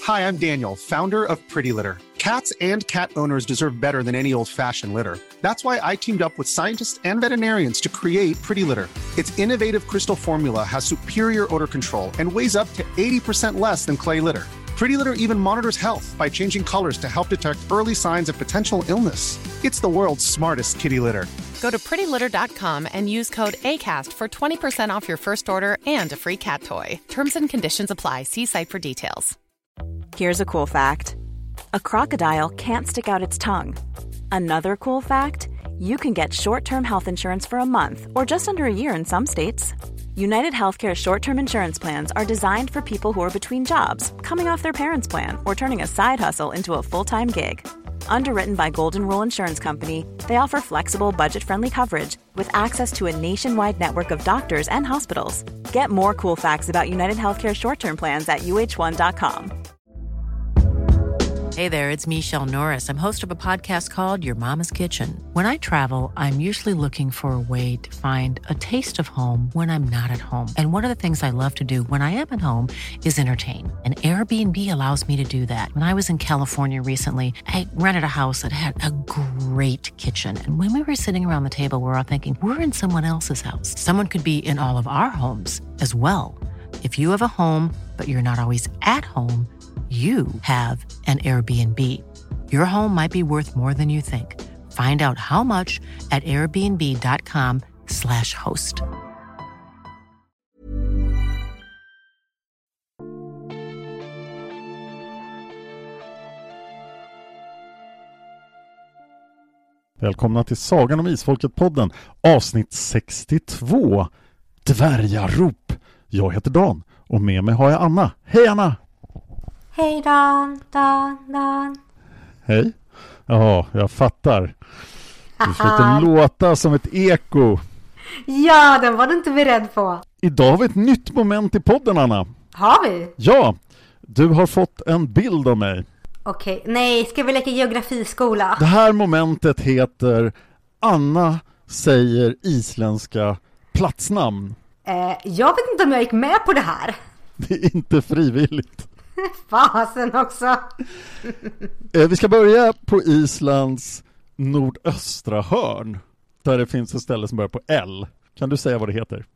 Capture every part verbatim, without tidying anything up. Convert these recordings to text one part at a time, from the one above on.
Hi, I'm Daniel, founder of Pretty Litter. Cats and cat owners deserve better than any old-fashioned litter. That's why I teamed up with scientists and veterinarians to create Pretty Litter. Its innovative crystal formula has superior odor control and weighs up to eighty percent less than clay litter. Pretty Litter even monitors health by changing colors to help detect early signs of potential illness. It's the world's smartest kitty litter. Go to pretty litter dot com and use code ACAST for twenty percent off your first order and a free cat toy. Terms and conditions apply. See site for details. Here's a cool fact. A crocodile can't stick out its tongue. Another cool fact, you can get short-term health insurance for a month or just under a year in some states. United Healthcare short-term insurance plans are designed for people who are between jobs, coming off their parents' plan, or turning a side hustle into a full-time gig. Underwritten by Golden Rule Insurance Company, they offer flexible, budget-friendly coverage with access to a nationwide network of doctors and hospitals. Get more cool facts about United Healthcare short-term plans at U H one dot com. Hey there, it's Michelle Norris. I'm host of a podcast called Your Mama's Kitchen. When I travel, I'm usually looking for a way to find a taste of home when I'm not at home. And one of the things I love to do when I am at home is entertain. And Airbnb allows me to do that. When I was in California recently, I rented a house that had a great kitchen. And when we were sitting around the table, we were all thinking, we're in someone else's house. Someone could be in all of our homes as well. If you have a home, but you're not always at home, you have an Airbnb. Your home might be worth more than you think. Find out how much at airbnb dot com slash host. Välkomna till Sagan om Isfolket-podden, avsnitt sextiotvå. Dvärgarop. Jag heter Dan och med mig har jag Anna. Hej Anna! Hej Dan, Dan, Dan. Hej. Ja, jag fattar. Du försökte låta som ett eko. Ja, den var du inte beredd på. Idag har vi ett nytt moment i podden, Anna. Har vi? Ja, du har fått en bild av mig. Okej, nej, ska vi leka geografiskola? Det här momentet heter Anna säger isländska platsnamn. Eh, jag vet inte om jag gick med på det här. Det är inte frivilligt. Fasen också. Vi ska börja på Islands nordöstra hörn. Där det finns ett ställe som börjar på L. Kan du säga vad det heter?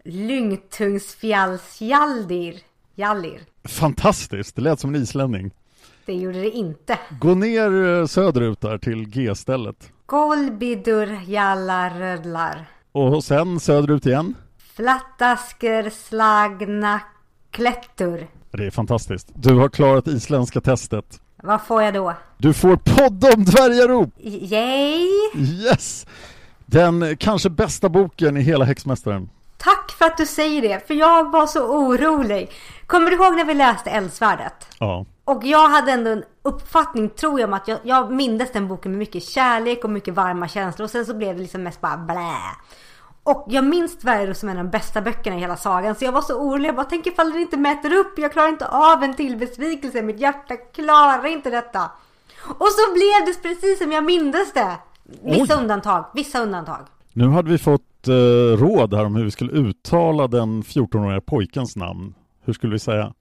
Lyngtungsfjallsjaldir. Jallir. Fantastiskt, det lät som en islänning. Det gjorde det inte. Gå ner söderut där till G-stället. Golbidur jallarödlar. Och sen söderut igen. Flattasker slagna klättur. Det är fantastiskt. Du har klarat isländska testet. Vad får jag då? Du får podd om dvärgarop. Yay! Yes! Den kanske bästa boken i hela Häxmästaren. Tack för att du säger det, för jag var så orolig. Kommer du ihåg när vi läste Eldsvärdet? Ja. Och jag hade ändå en uppfattning, tror jag, om att jag, jag mindes den boken med mycket kärlek och mycket varma känslor. Och sen så blev det liksom mest bara blä. Och jag minns Dvärgarop som en av de bästa böckerna i hela sagan. Så jag var så orolig. Jag bara tänker ifall det inte mäter upp. Jag klarar inte av en till besvikelse. Mitt hjärta klarar inte detta. Och så blev det precis som jag mindes det. Vissa Oj. undantag. Vissa undantag. Nu hade vi fått eh, råd här om hur vi skulle uttala den fjortonåriga pojkens namn. Hur skulle vi säga?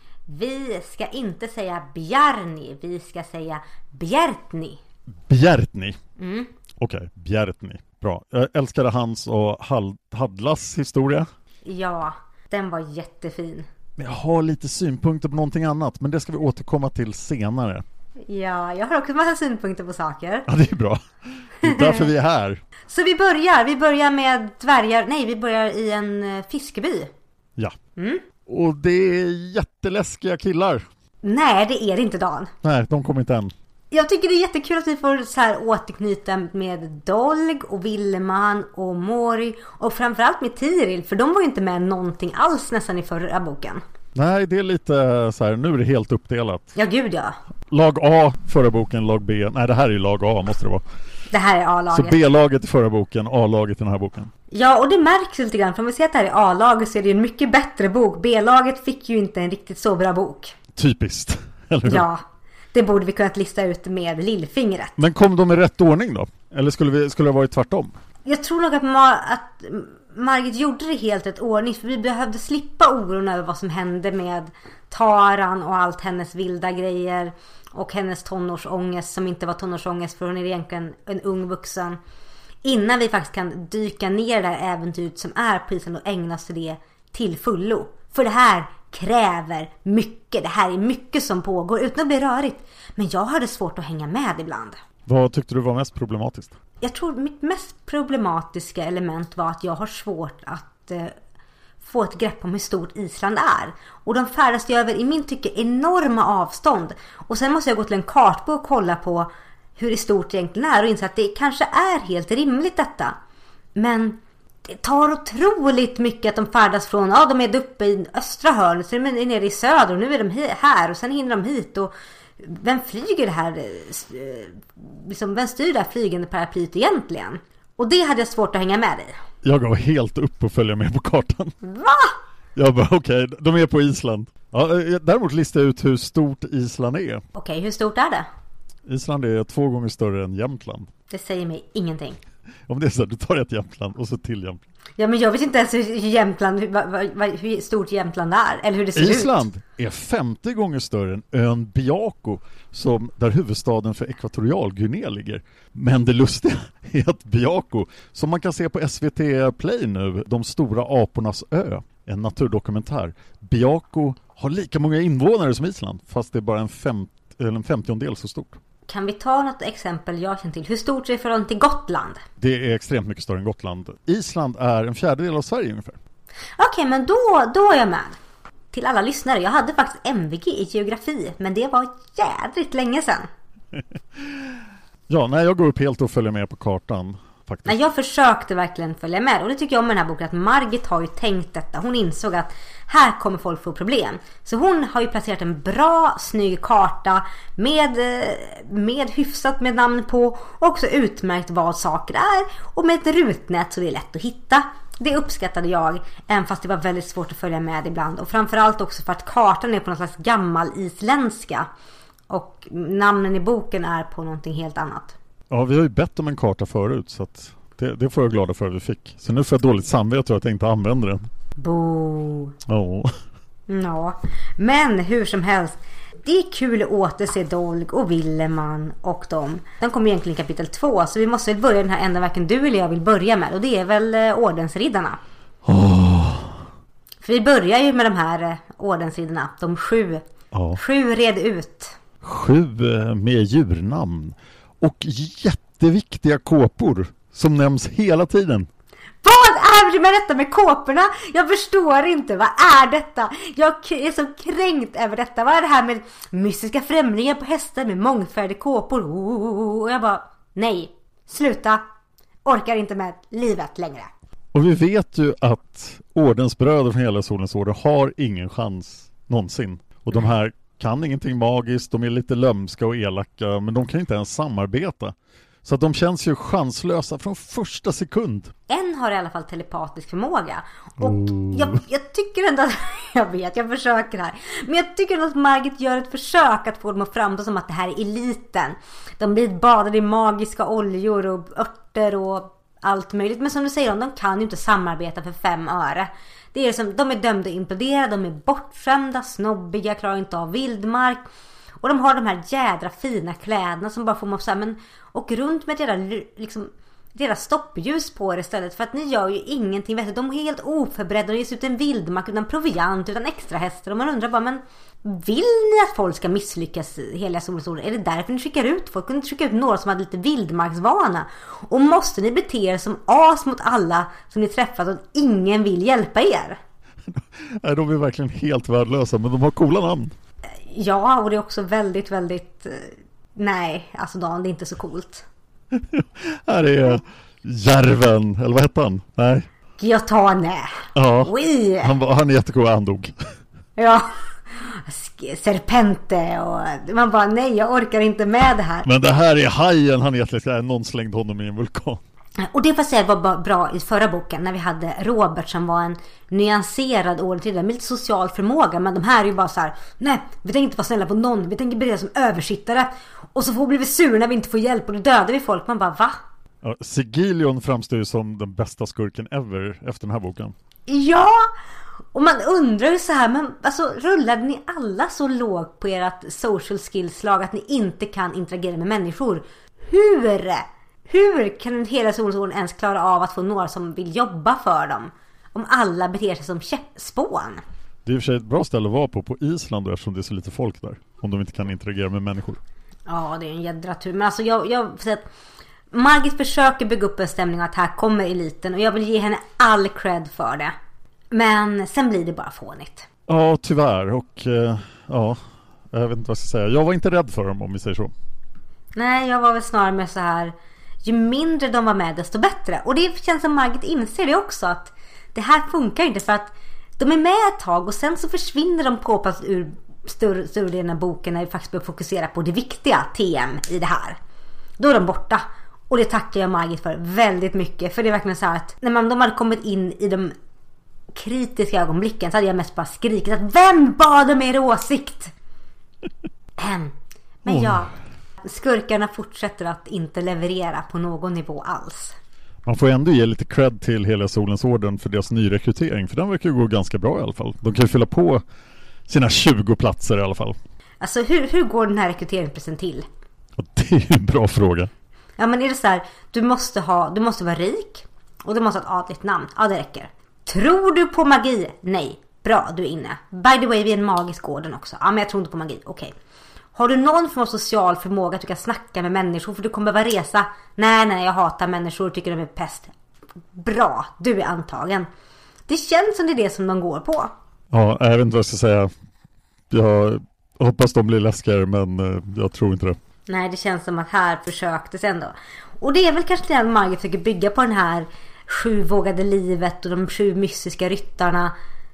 Vi ska inte säga Bjarni. Vi ska säga Bjärtni. Bjärtni? Mm. Okej, okay, Bjärtni. Bra. Jag älskade hans och Hadlas historia. Ja, den var jättefin. Men jag har lite synpunkter på någonting annat, men det ska vi återkomma till senare. Ja, jag har också en massa synpunkter på saker. Ja, det är bra. Det är därför vi är här. Så vi börjar. Vi börjar med dvärgar. Nej, vi börjar i en fiskeby. Ja. Mm. Och det är jätteläskiga killar. Nej, det är det inte, Dan. Nej, de kommer inte än. Jag tycker det är jättekul att vi får så här återknyta med Dolg och Villeman och Mori och framförallt med Tiril, för de var ju inte med någonting alls nästan i förra boken. Nej, det är lite så här, nu är det helt uppdelat. Ja, gud ja. Lag A förra boken, lag B. Nej, det här är ju lag A, måste det vara. Det här är A-laget. Så B-laget i förra boken, A-laget i den här boken. Ja, och det märks lite grann. För om vi ser att det här är A-laget så är det en mycket bättre bok. B-laget fick ju inte en riktigt så bra bok. Typiskt, eller hur? Ja, det borde vi kunnat lista ut med lillfingret. Men kom de i rätt ordning då? Eller skulle, vi, skulle det ha varit tvärtom? Jag tror nog att, Ma- att Margit gjorde det helt rätt ordning. För vi behövde slippa oron över vad som hände med Taran och allt hennes vilda grejer. Och hennes tonårsångest som inte var tonårsångest för hon är egentligen en ung vuxen. Innan vi faktiskt kan dyka ner det här äventyret som är på Island och ägna oss till det till fullo. För det här kräver mycket. Det här är mycket som pågår utan att bli rörigt. Men jag hade svårt att hänga med ibland. Vad tyckte du var mest problematiskt? Jag tror mitt mest problematiska element var att jag har svårt att eh, få ett grepp om hur stort Island är. Och de färdas över i min tycke enorma avstånd. Och sen måste jag gå till en kartbok och kolla på hur det stort egentligen är och inse att det kanske är helt rimligt detta. Men det tar otroligt mycket att de färdas från, ja de är uppe i östra hörnet, så de är nere i söder och nu är de här och sen hinner de hit och vem flyger det här, liksom, vem styr det här flygande paraplyt egentligen? Och det hade jag svårt att hänga med i. Jag gav helt upp och följa med på kartan. Va? Jag bara okej, okay, de är på Island. Ja, däremot listar jag ut hur stort Island är. Okej, okay, hur stort är det? Island är två gånger större än Jämtland. Det säger mig ingenting. Om det är så, du tar ett Jämtland och så till Jämtland. Ja, men jag vet inte ens hur Jämtland, hur, hur stort Jämtland är eller hur det ser Island ut. Island är femtio gånger större än ön Biako, som där huvudstaden för Ekvatorialguinea ligger. Men det lustiga är att Biako, som man kan se på S V T Play nu, De stora apornas ö, en naturdokumentär. Biako har lika många invånare som Island, fast det är bara en, fem, eller en femtiondel så stort. Kan vi ta något exempel jag känner till? Hur stort är det förhållande till Gotland? Det är extremt mycket större än Gotland. Island är en fjärdedel av Sverige ungefär. Okej, okay, men då, då är jag med. Till alla lyssnare, jag hade faktiskt M V G i geografi, men det var jädrigt länge sedan. Ja, nej, jag går upp helt och följer med på kartan. Faktiskt. Nej, jag försökte verkligen följa med. Och det tycker jag om med den här boken, att Margit har ju tänkt detta. Hon insåg att här kommer folk få problem. Så hon har ju placerat en bra, snygg karta med, med hyfsat med namn på. Och också utmärkt vad saker är. Och med ett rutnät så det är lätt att hitta. Det uppskattade jag, även fast det var väldigt svårt att följa med ibland. Och framförallt också för att kartan är på någon slags gammal isländska. Och namnen i boken är på någonting helt annat. Ja, vi har ju bett om en karta förut, så att det, det får jag glada för att vi fick. Så nu får jag dåligt samvete att jag inte använder den. Bo. Ja. Ja, men hur som helst. Det är kul att återse Dolg och Willeman och dem. Den kommer egentligen i kapitel två, så vi måste väl börja den här enda verken du eller jag vill börja med. Och det är väl eh, ordensriddarna. Oh. För vi börjar ju med de här eh, ordensriddarna, de sju. Oh. Sju red ut. Sju med djurnamn. Och jätteviktiga kåpor som nämns hela tiden. Vad är det med detta med kåporna? Jag förstår inte, vad är detta? Jag är så kränkt över detta. Vad är det här med mystiska främlingar på hästar med mångfärdiga kåpor? Och jag bara, nej, sluta. Orkar inte med livet längre. Och vi vet ju att ordensbröder från hela Solens order har ingen chans någonsin. Och de här kan ingenting magiskt, de är lite lömska och elaka, men de kan inte ens samarbeta. Så att de känns ju chanslösa från första sekund. En har i alla fall telepatisk förmåga. Och oh. jag, jag tycker ändå att, jag vet, jag försöker här. Men jag tycker ändå att Margit gör ett försök att få dem att framstå som att det här är eliten. De blir badade i magiska oljor och örter och allt möjligt. Men som du säger, de kan ju inte samarbeta för fem öre. Det är som, de är dömda att implodera, de är bortskämda, snobbiga, klarar inte av vildmark. Och de har de här jädra fina kläderna som bara får mig så här, men och runt med deras liksom deras stoppljus på er istället, för att ni gör ju ingenting vettigt. De är helt oförberedda och ger sig ut en vildmark utan proviant, utan extra hästar. Och man undrar bara, men vill ni att folk ska misslyckas hela Solens order? Är det därför ni skickar ut folk? Kunde ni skicka ut några som hade lite vildmarksvana? Och måste ni bete er som as mot alla som ni träffat och ingen vill hjälpa er? Nej, de är verkligen helt värdelösa, men de har coola namn. Ja, och det är också väldigt, väldigt... Nej, alltså Dan, det är inte så coolt. Här är Järven, eller vad heter han? Nej. Giotane. Ja, oui. han, var, han är jättecool, han dog. Ja, Serpente och man bara, nej, jag orkar inte med det här. Men det här är hajen, han är jättelik, någon slängde honom i en vulkan. Och det får säga var bra i förra boken när vi hade Robert som var en nyanserad ordentligt med lite social förmåga, men de här är ju bara så här: nej, vi tänker inte vara snälla på någon, vi tänker bli som översittare och så får vi bli sur när vi inte får hjälp och då dödar vi folk. Man bara, va? Ja, Sigilion framstår ju som den bästa skurken ever efter den här boken. Ja, Och man undrar ju så här, men alltså rullade ni alla så lågt på ert social skills-lag att ni inte kan interagera med människor? Hur? Hur kan hela solsolen ens klara av att få några som vill jobba för dem? Om alla beter sig som käppspån. Det är i och för sig ett bra ställe att vara på på Island eftersom det är så lite folk där. Om de inte kan interagera med människor. Ja, det är en jädra tur. Men alltså jag, jag säger att Margit försöker bygga upp en stämning att här kommer eliten. Och jag vill ge henne all cred för det. Men sen blir det bara fånigt. Ja, tyvärr. Och eh, ja, jag vet inte vad jag ska säga. Jag var inte rädd för dem om vi säger så. Nej, jag var väl snarare med så här. Ju mindre de var med desto bättre. Och det känns som Margit inser det också. Att det här funkar inte för att de är med ett tag. Och sen så försvinner de påpass ur större, större delen av boken. När vi faktiskt börjar fokusera på det viktiga T M i det här. Då är de borta. Och det tackar jag Margit för väldigt mycket. För det är verkligen så här att när man, de hade kommit in i de kritiska ögonblicken så hade jag mest bara skrikit att vem bad om er åsikt? Men ja, skurkarna fortsätter att inte leverera på någon nivå alls. Man får ändå ge lite cred till hela Solens orden för deras nyrekrytering. För den verkar ju gå ganska bra i alla fall. De kan ju fylla på sina tjugo platser i alla fall. Alltså hur, hur går den här rekryteringsprocessen till? Och det är ju en bra fråga. Ja, men är det så här, du måste, ha, du måste vara rik och du måste ha ett adligt namn. Ja, det räcker. Tror du på magi? Nej. Bra, du är inne. By the way, vi är en magisk gården också. Ja, men jag tror inte på magi. Okej. Okay. Har du någon form av social förmåga att du kan snacka med människor för du kommer behöva resa? Nej, nej, jag hatar människor och tycker de är pest. Bra, du är antagen. Det känns som det är det som de går på. Ja, jag vet inte vad jag ska säga. Jag hoppas de blir läskigare, men jag tror inte det. Nej, det känns som att här försöktes ändå. Och det är väl kanske det att Margit försöker bygga på den här sjuvågade livet och de sju mystiska ryttarna.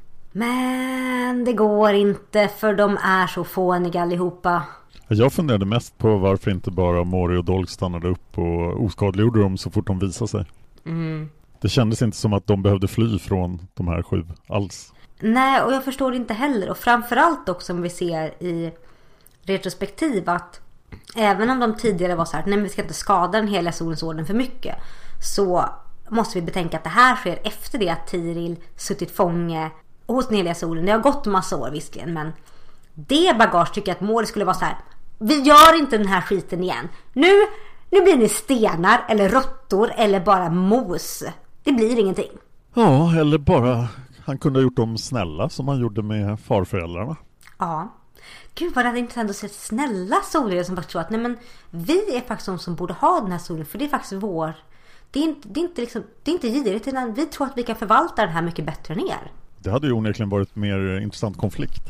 Men det går inte för de är så fåniga allihopa. Jag funderade mest på varför inte bara Mori och Dolg stannade upp och oskadliggjorde dem så fort de visade sig. Mm. Det kändes inte som att de behövde fly från de här sju alls. Nej, och jag förstår det inte heller. Och framförallt också om vi ser i retrospektiv att även om de tidigare var så här, nej men vi ska inte skada den hela Solens orden för mycket, så måste vi betänka att det här sker efter det att Tiril suttit fånge hos den heliga solen. Det har gått en massa år visserligen, men det bagage tycker jag att Mori skulle vara så här: vi gör inte den här skiten igen. Nu, nu blir ni stenar eller råttor eller bara mos. Det blir ingenting. Ja, eller bara han kunde ha gjort dem snälla som han gjorde med farföräldrarna. Ja. Gud vad det är intressant att se snälla solare som faktiskt tror att nej men vi är faktiskt de som borde ha den här solen, för det är faktiskt vår. Det är inte, det är inte, liksom, det är inte girigt, utan vi tror att vi kan förvalta den här mycket bättre än er. Det hade ju onekligen varit mer intressant konflikt.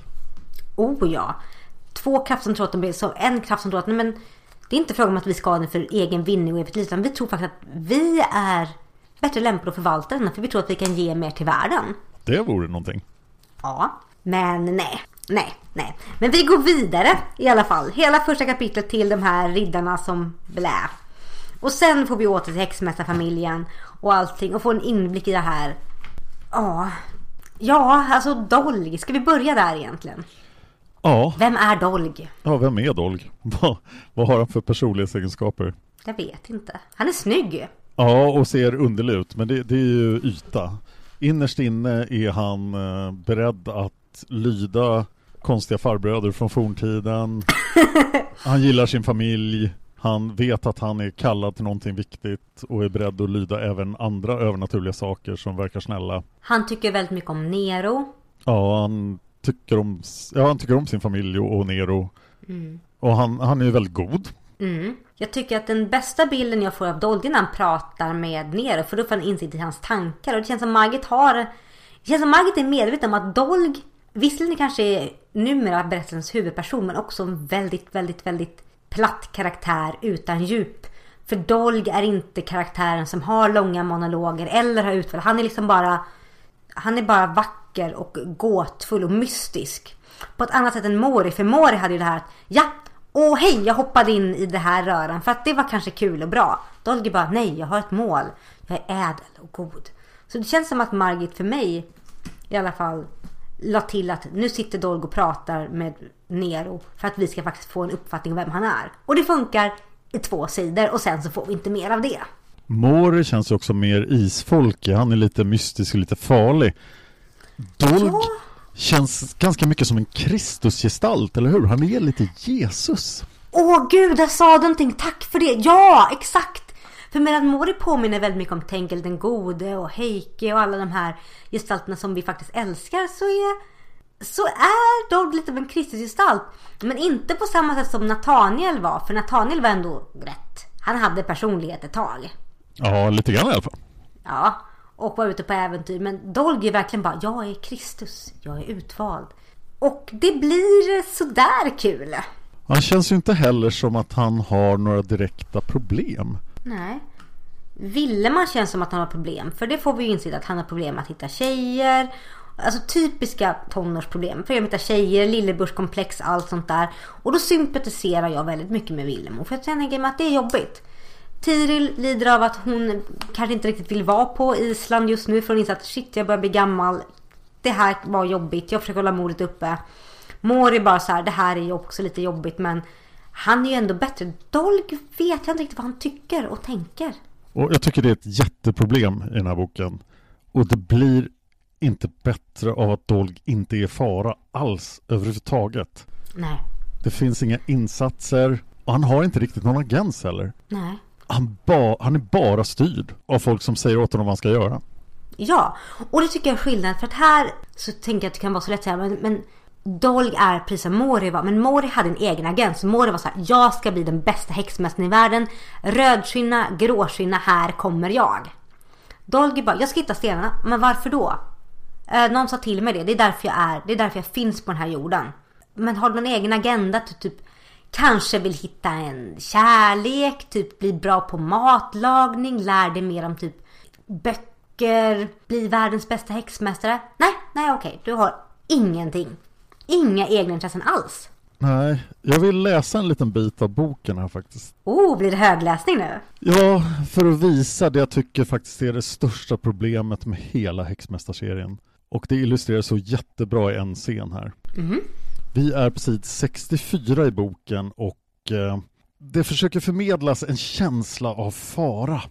Oh ja. Två krafter som tror att de blir så, en kraft som tror att nej men det är inte frågan om att vi ska ha den för egen vinning och evigt liv, utan vi tror faktiskt att vi är bättre lämpade att förvalta den, för vi tror att vi kan ge mer till världen. Det vore någonting. Ja, men nej. Nej, nej. Men vi går vidare i alla fall. Hela första kapitlet till de här riddarna som blä. Och sen får vi åter till häxmästarfamiljen och allting och få en inblick i det här. Ja, ja, alltså Dolg. Ska vi börja där egentligen? Ja. Vem är Dolg? Ja, vem är Dolg? Vad, vad har han för personlighetsegenskaper? Jag vet inte. Han är snygg. Ja, och ser underlig ut, men det, det är ju yta. Innerst inne är han eh, beredd att lyda konstiga farbröder från forntiden. Han gillar sin familj. Han vet att han är kallad till någonting viktigt och är beredd att lyda även andra övernaturliga saker som verkar snälla. Han tycker väldigt mycket om Nero. Ja, han tycker om, ja, han tycker om sin familj och, och Nero. Mm. Och han, han är ju väldigt god. Mm. Jag tycker att den bästa bilden jag får av Dolg när han pratar med Nero, för då får han insikt i hans tankar. Och det känns som Margit har Det känns som Margit är medveten om att Dolg visserligen kanske är numera berättelsens huvudperson, men också en väldigt, väldigt, väldigt platt karaktär utan djup. För Dolg är inte karaktären som har långa monologer eller har utfall. Han är liksom bara Han är bara vacker och gåtfull och mystisk. På ett annat sätt än Mori. För Mori hade ju det här att, ja, åh hej, jag hoppade in i det här röran för att det var kanske kul och bra. Dolg är bara, nej, jag har ett mål. Jag är ädel och god. Så det känns som att Margit för mig i alla fall la till att nu sitter Dolg och pratar med Nero för att vi ska faktiskt få en uppfattning om vem han är. Och det funkar i två sidor och sen så får vi inte mer av det. Mori känns också mer isfolkig. Han är lite mystisk och lite farlig. Dolg Ja. känns ganska mycket som en Kristusgestalt, eller hur? Han är lite Jesus. Åh gud, där sa du någonting. Tack för det. Ja, exakt. För medan Mori påminner väldigt mycket om Tenkel den gode och Heike och alla de här gestalterna som vi faktiskt älskar, så är så är Dolg lite av en Kristusgestalt. Men inte på samma sätt som Nathaniel var. För Nathaniel var ändå rätt. Han hade personlighet ett tag. Ja, lite grann i alla fall. Ja, och var ute på äventyr. Men Dolg är verkligen bara, jag är Kristus, jag är utvald. Och det blir sådär kul. Han känns ju inte heller som att han har några direkta problem. Nej. Villeman känns som att han har problem. För det får vi ju inse att han har problem att hitta tjejer. Alltså typiska tonårsproblem. Problem att hitta tjejer, lillebrorskomplex, allt sånt där. Och då sympatiserar jag väldigt mycket med Villemo. För jag tänker mig att det är jobbigt. Tiril lider av att hon kanske inte riktigt vill vara på Island just nu. För hon inser att shit, jag börjar bli gammal. Det här var jobbigt, jag försöker hålla modet uppe. Mori bara så här, det här är ju också lite jobbigt. Men han är ju ändå bättre. Dolg vet jag inte riktigt vad han tycker och tänker. Och jag tycker det är ett jätteproblem i den här boken. Och det blir inte bättre av att Dolg inte är fara alls överhuvudtaget. Nej. Det finns inga insatser. Och han har inte riktigt någon agens heller. Nej. Han, ba, han är bara styrd av folk som säger åt honom vad han ska göra. Ja, och det tycker jag är skillnad. För att här så tänker jag att det kan vara så lätt att säga, men, men Dolg är precis som Mori var. Men Mori hade en egen agent. Så Mori var så här, jag ska bli den bästa häxmästaren i världen. Rödskinna, gråskinna, här kommer jag. Dolg bara, jag ska hitta stenarna. Men varför då? Eh, någon sa till mig det. Det är därför jag är, det är därför jag finns på den här jorden. Men har du någon egen agenda? Typ, typ kanske vill hitta en kärlek. Typ bli bra på matlagning. Lär dig mer om typ böcker. Bli världens bästa häxmästare. Nej, nej okej. Du har ingenting. Inga egna intressen alls. Nej, jag vill läsa en liten bit av boken här faktiskt. Oh, blir det högläsning nu? Ja, för att visa det jag tycker faktiskt är det största problemet med hela häxmästarserien. Och det illustreras så jättebra i en scen här. Mm. Vi är på sid sextiofyra i boken och eh, det försöker förmedlas en känsla av fara.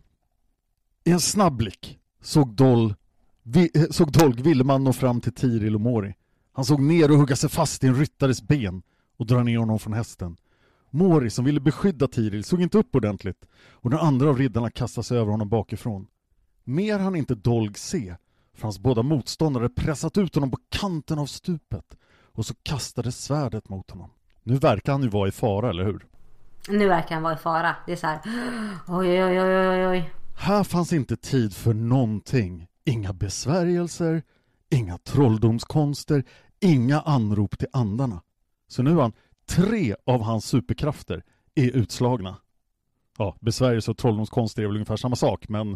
I en snabb blick såg Dolg, vi, såg Dolg Villeman nå fram till Tiril och Mori. Han såg ner och hugga sig fast i en ryttares ben och dra ner honom från hästen. Mori, som ville beskydda Tiril, såg inte upp ordentligt och den andra av riddarna kastade sig över honom bakifrån. Mer han inte Dolg se, för hans båda motståndare pressat ut honom på kanten av stupet och så kastade svärdet mot honom. Nu verkar han ju vara i fara, eller hur? Nu verkar han vara i fara. Det är så här, oj, oj, oj, oj, oj. Här fanns inte tid för någonting. Inga besvärjelser, inga trolldomskonster, inga anrop till andarna. Så nu har han tre av hans superkrafter är utslagna. Ja, besvärjelser och trolldomskonster är väl ungefär samma sak, men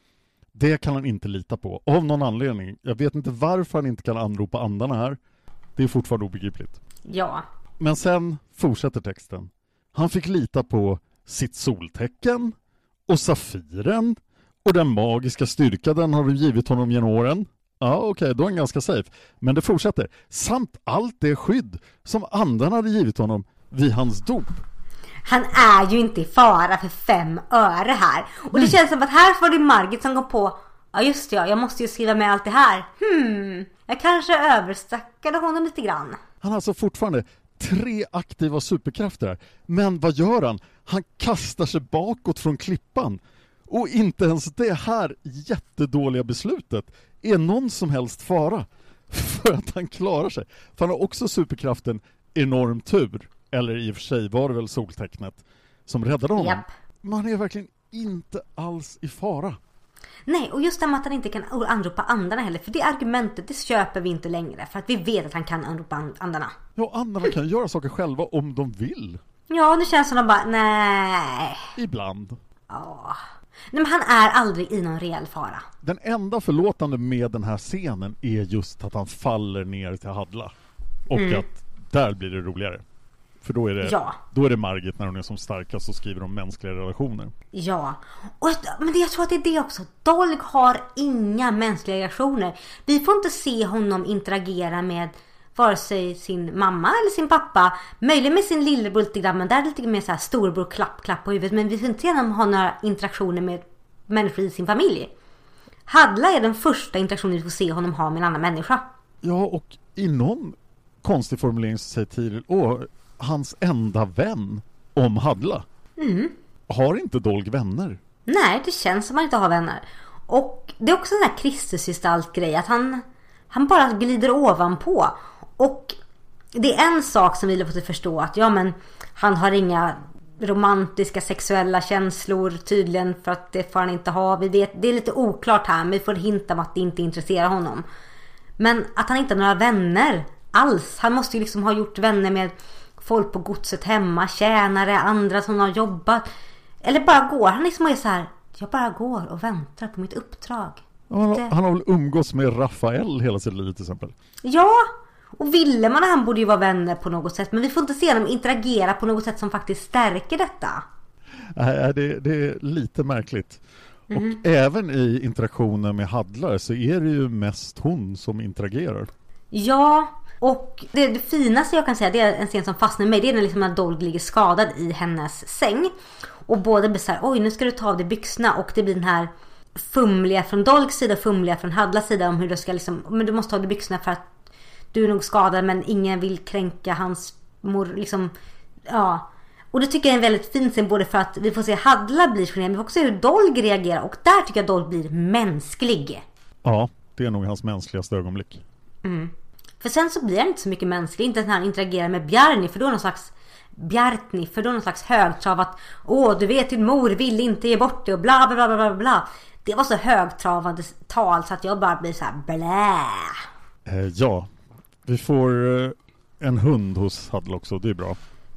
det kan han inte lita på. Av någon anledning. Jag vet inte varför han inte kan anropa andarna här. Det är fortfarande obegripligt. Ja. Men sen fortsätter texten. Han fick lita på sitt soltecken och safiren och den magiska styrka den har du givit honom genom åren. Ja, okej, okay, då är han ganska safe. Men det fortsätter. Samt allt det skydd som andarna hade givit honom vid hans dop. Han är ju inte i fara för fem öre här. Och det Nej. Känns som att här var det Margit som går på, ja just det, ja, jag måste ju skriva med allt det här. Hmm, jag kanske överstackade honom lite grann. Han har alltså fortfarande tre aktiva superkrafter. Men vad gör han? Han kastar sig bakåt från klippan. Och inte ens det här jättedåliga beslutet är någon som helst fara. För att han klarar sig. För han har också superkraften enorm tur. Eller i och för sig var det väl soltecknet som räddade honom. Japp. Man är verkligen inte alls i fara. Nej, och just det med att han inte kan anropa andarna heller. För det argumentet, det köper vi inte längre. För att vi vet att han kan anropa andarna. Ja, andarna kan göra saker själva om de vill. Ja, det känns som de bara, nej. Ibland. Ja. Nej, men han är aldrig i någon reell fara. Den enda förlåtande med den här scenen är just att han faller ner till Hadla. Och mm. att där blir det roligare. För då är det, ja. då är det Margit när hon är som starkast och skriver om mänskliga relationer. Ja, och, men det, jag tror att det är det också. Dolg har inga mänskliga relationer. Vi får inte se honom interagera med vare sig sin mamma eller sin pappa. Möjligen med sin lillebror lite grann, men där är det lite mer så här storbror klapp, klapp på huvudet. Men vi får inte se honom ha några interaktioner med människor i sin familj. Hadla är den första interaktionen vi får se honom ha med en annan människa. Ja, och i någon konstig formulering så säger Tiril, åh, hans enda vän om Hadla. Mm. Har inte Dolg vänner? Nej, det känns som att man inte har vänner. Och det är också en här Kristusgestalt-grej, att han, han bara glider ovanpå. Och det är en sak som vi får förstå, att ja, men han har inga romantiska sexuella känslor tydligen, för att det får han inte ha. Vi vet, det är lite oklart här, men vi får hinta om att det inte intresserar honom. Men att han inte har några vänner alls. Han måste ju liksom ha gjort vänner med folk på godset hemma, tjänare, andra som har jobbat. Eller bara går. Han liksom är så här, jag bara går och väntar på mitt uppdrag. Han, det... han har väl umgås med Rafael hela sitt liv till exempel. Ja, och Villeman och han borde ju vara vänner på något sätt. Men vi får inte se dem interagera på något sätt som faktiskt stärker detta. Nej, det, det är lite märkligt. Mm. Och även i interaktionen med Hadlar så är det ju mest hon som interagerar. Ja, och det, det finaste jag kan säga, det är en scen som fastnar med mig. Det är när, liksom när Dolg ligger skadad i hennes säng. Och båda blir så här, oj, nu ska du ta av dig byxorna. Och det blir den här fumliga från Dolgs sida, fumliga från Hadlas sida om hur du ska liksom, men du måste ta av dig byxorna för att du är nog skadad, men ingen vill kränka hans mor, liksom, ja. Och det tycker jag är en väldigt fin scen, både för att vi får se Hadla blir generad, men vi får också se hur Dolg reagerar. Och där tycker jag Dolg blir mänsklig. Ja, det är nog hans mänskligaste ögonblick. Mm. För sen så blir han inte så mycket mänsklig. Inte när han interagerar med Bjarni, för då är någon slags Bjartni, för då är någon slags högtrav att åh, du vet, din mor vill inte ge bort det och bla bla bla bla bla. Det var så högtravande tal så att jag bara blir så här blä. Eh, ja, vi får eh, en hund hos Hadla också, det är bra.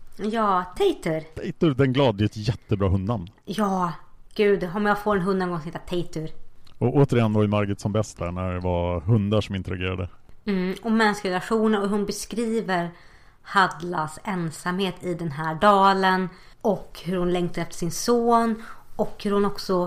Ja, Tater. Tater den glad, det är ett jättebra hundnamn. Ja, gud, om jag får en hund någon gång som heter Tater. Och återigen var ju Margit som bäst där när det var hundar som interagerade. Mm, och mänskliga relationer, och hon beskriver Hadlas ensamhet i den här dalen och hur hon längtar efter sin son och hur hon också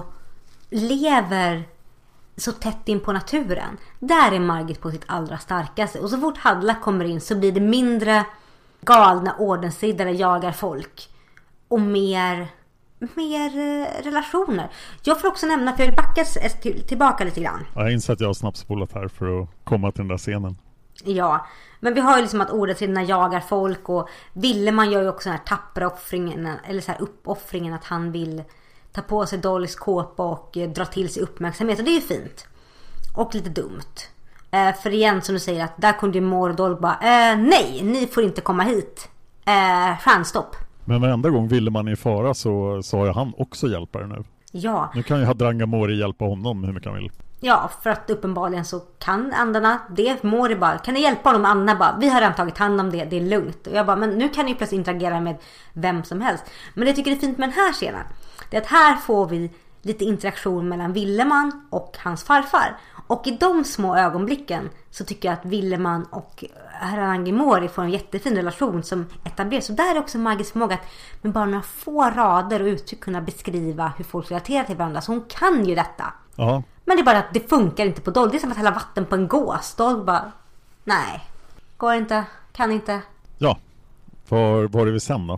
lever så tätt in på naturen. Där är Margit på sitt allra starkaste. Och så fort Hadla kommer in så blir det mindre galna ordensriddare jagar folk och mer mer relationer. Jag får också nämna, för jag vill backa tillbaka lite grann. Jag inser att jag har snabbspolat här för att komma till den där scenen. Ja, men vi har ju liksom att ordensriddarna jagar folk, och Villeman gör ju också den här tappra offringen, eller så här uppoffringen att han vill ta på sig Dolgs kåpa och dra till sig uppmärksamhet, och det är ju fint. Och lite dumt. Eh, för igen, som du säger, att där kunde ju Mor och Dolg bara eh, nej, ni får inte komma hit. Eh, stjärnstopp. Men varenda gång Villeman är i fara så sa jag han också hjälper nu. Ja. Nu kan ju Hadrangga Mori hjälpa honom hur mycket han vill. Ja, för att uppenbarligen så kan andarna det. Mori bara, kan ni hjälpa honom? Anna bara, vi har redan tagit hand om det, det är lugnt. Och jag bara, men nu kan ni ju plötsligt interagera med vem som helst. Men det jag tycker är fint med den här scenen, det är att här får vi lite interaktion mellan Villeman och hans farfar. Och i de små ögonblicken så tycker jag att Villeman och Hadrangga Mori får en jättefin relation som etableras. Så där är också Margits förmåga att med bara några få rader och uttryck kunna beskriva hur folk relaterar till varandra. Så hon kan ju detta. Ja. Men det är bara att det funkar inte på Dolg. Det är som att hälla vatten på en gås. Dolg bara, nej, går inte, kan inte. Ja, var, var är vi sen då?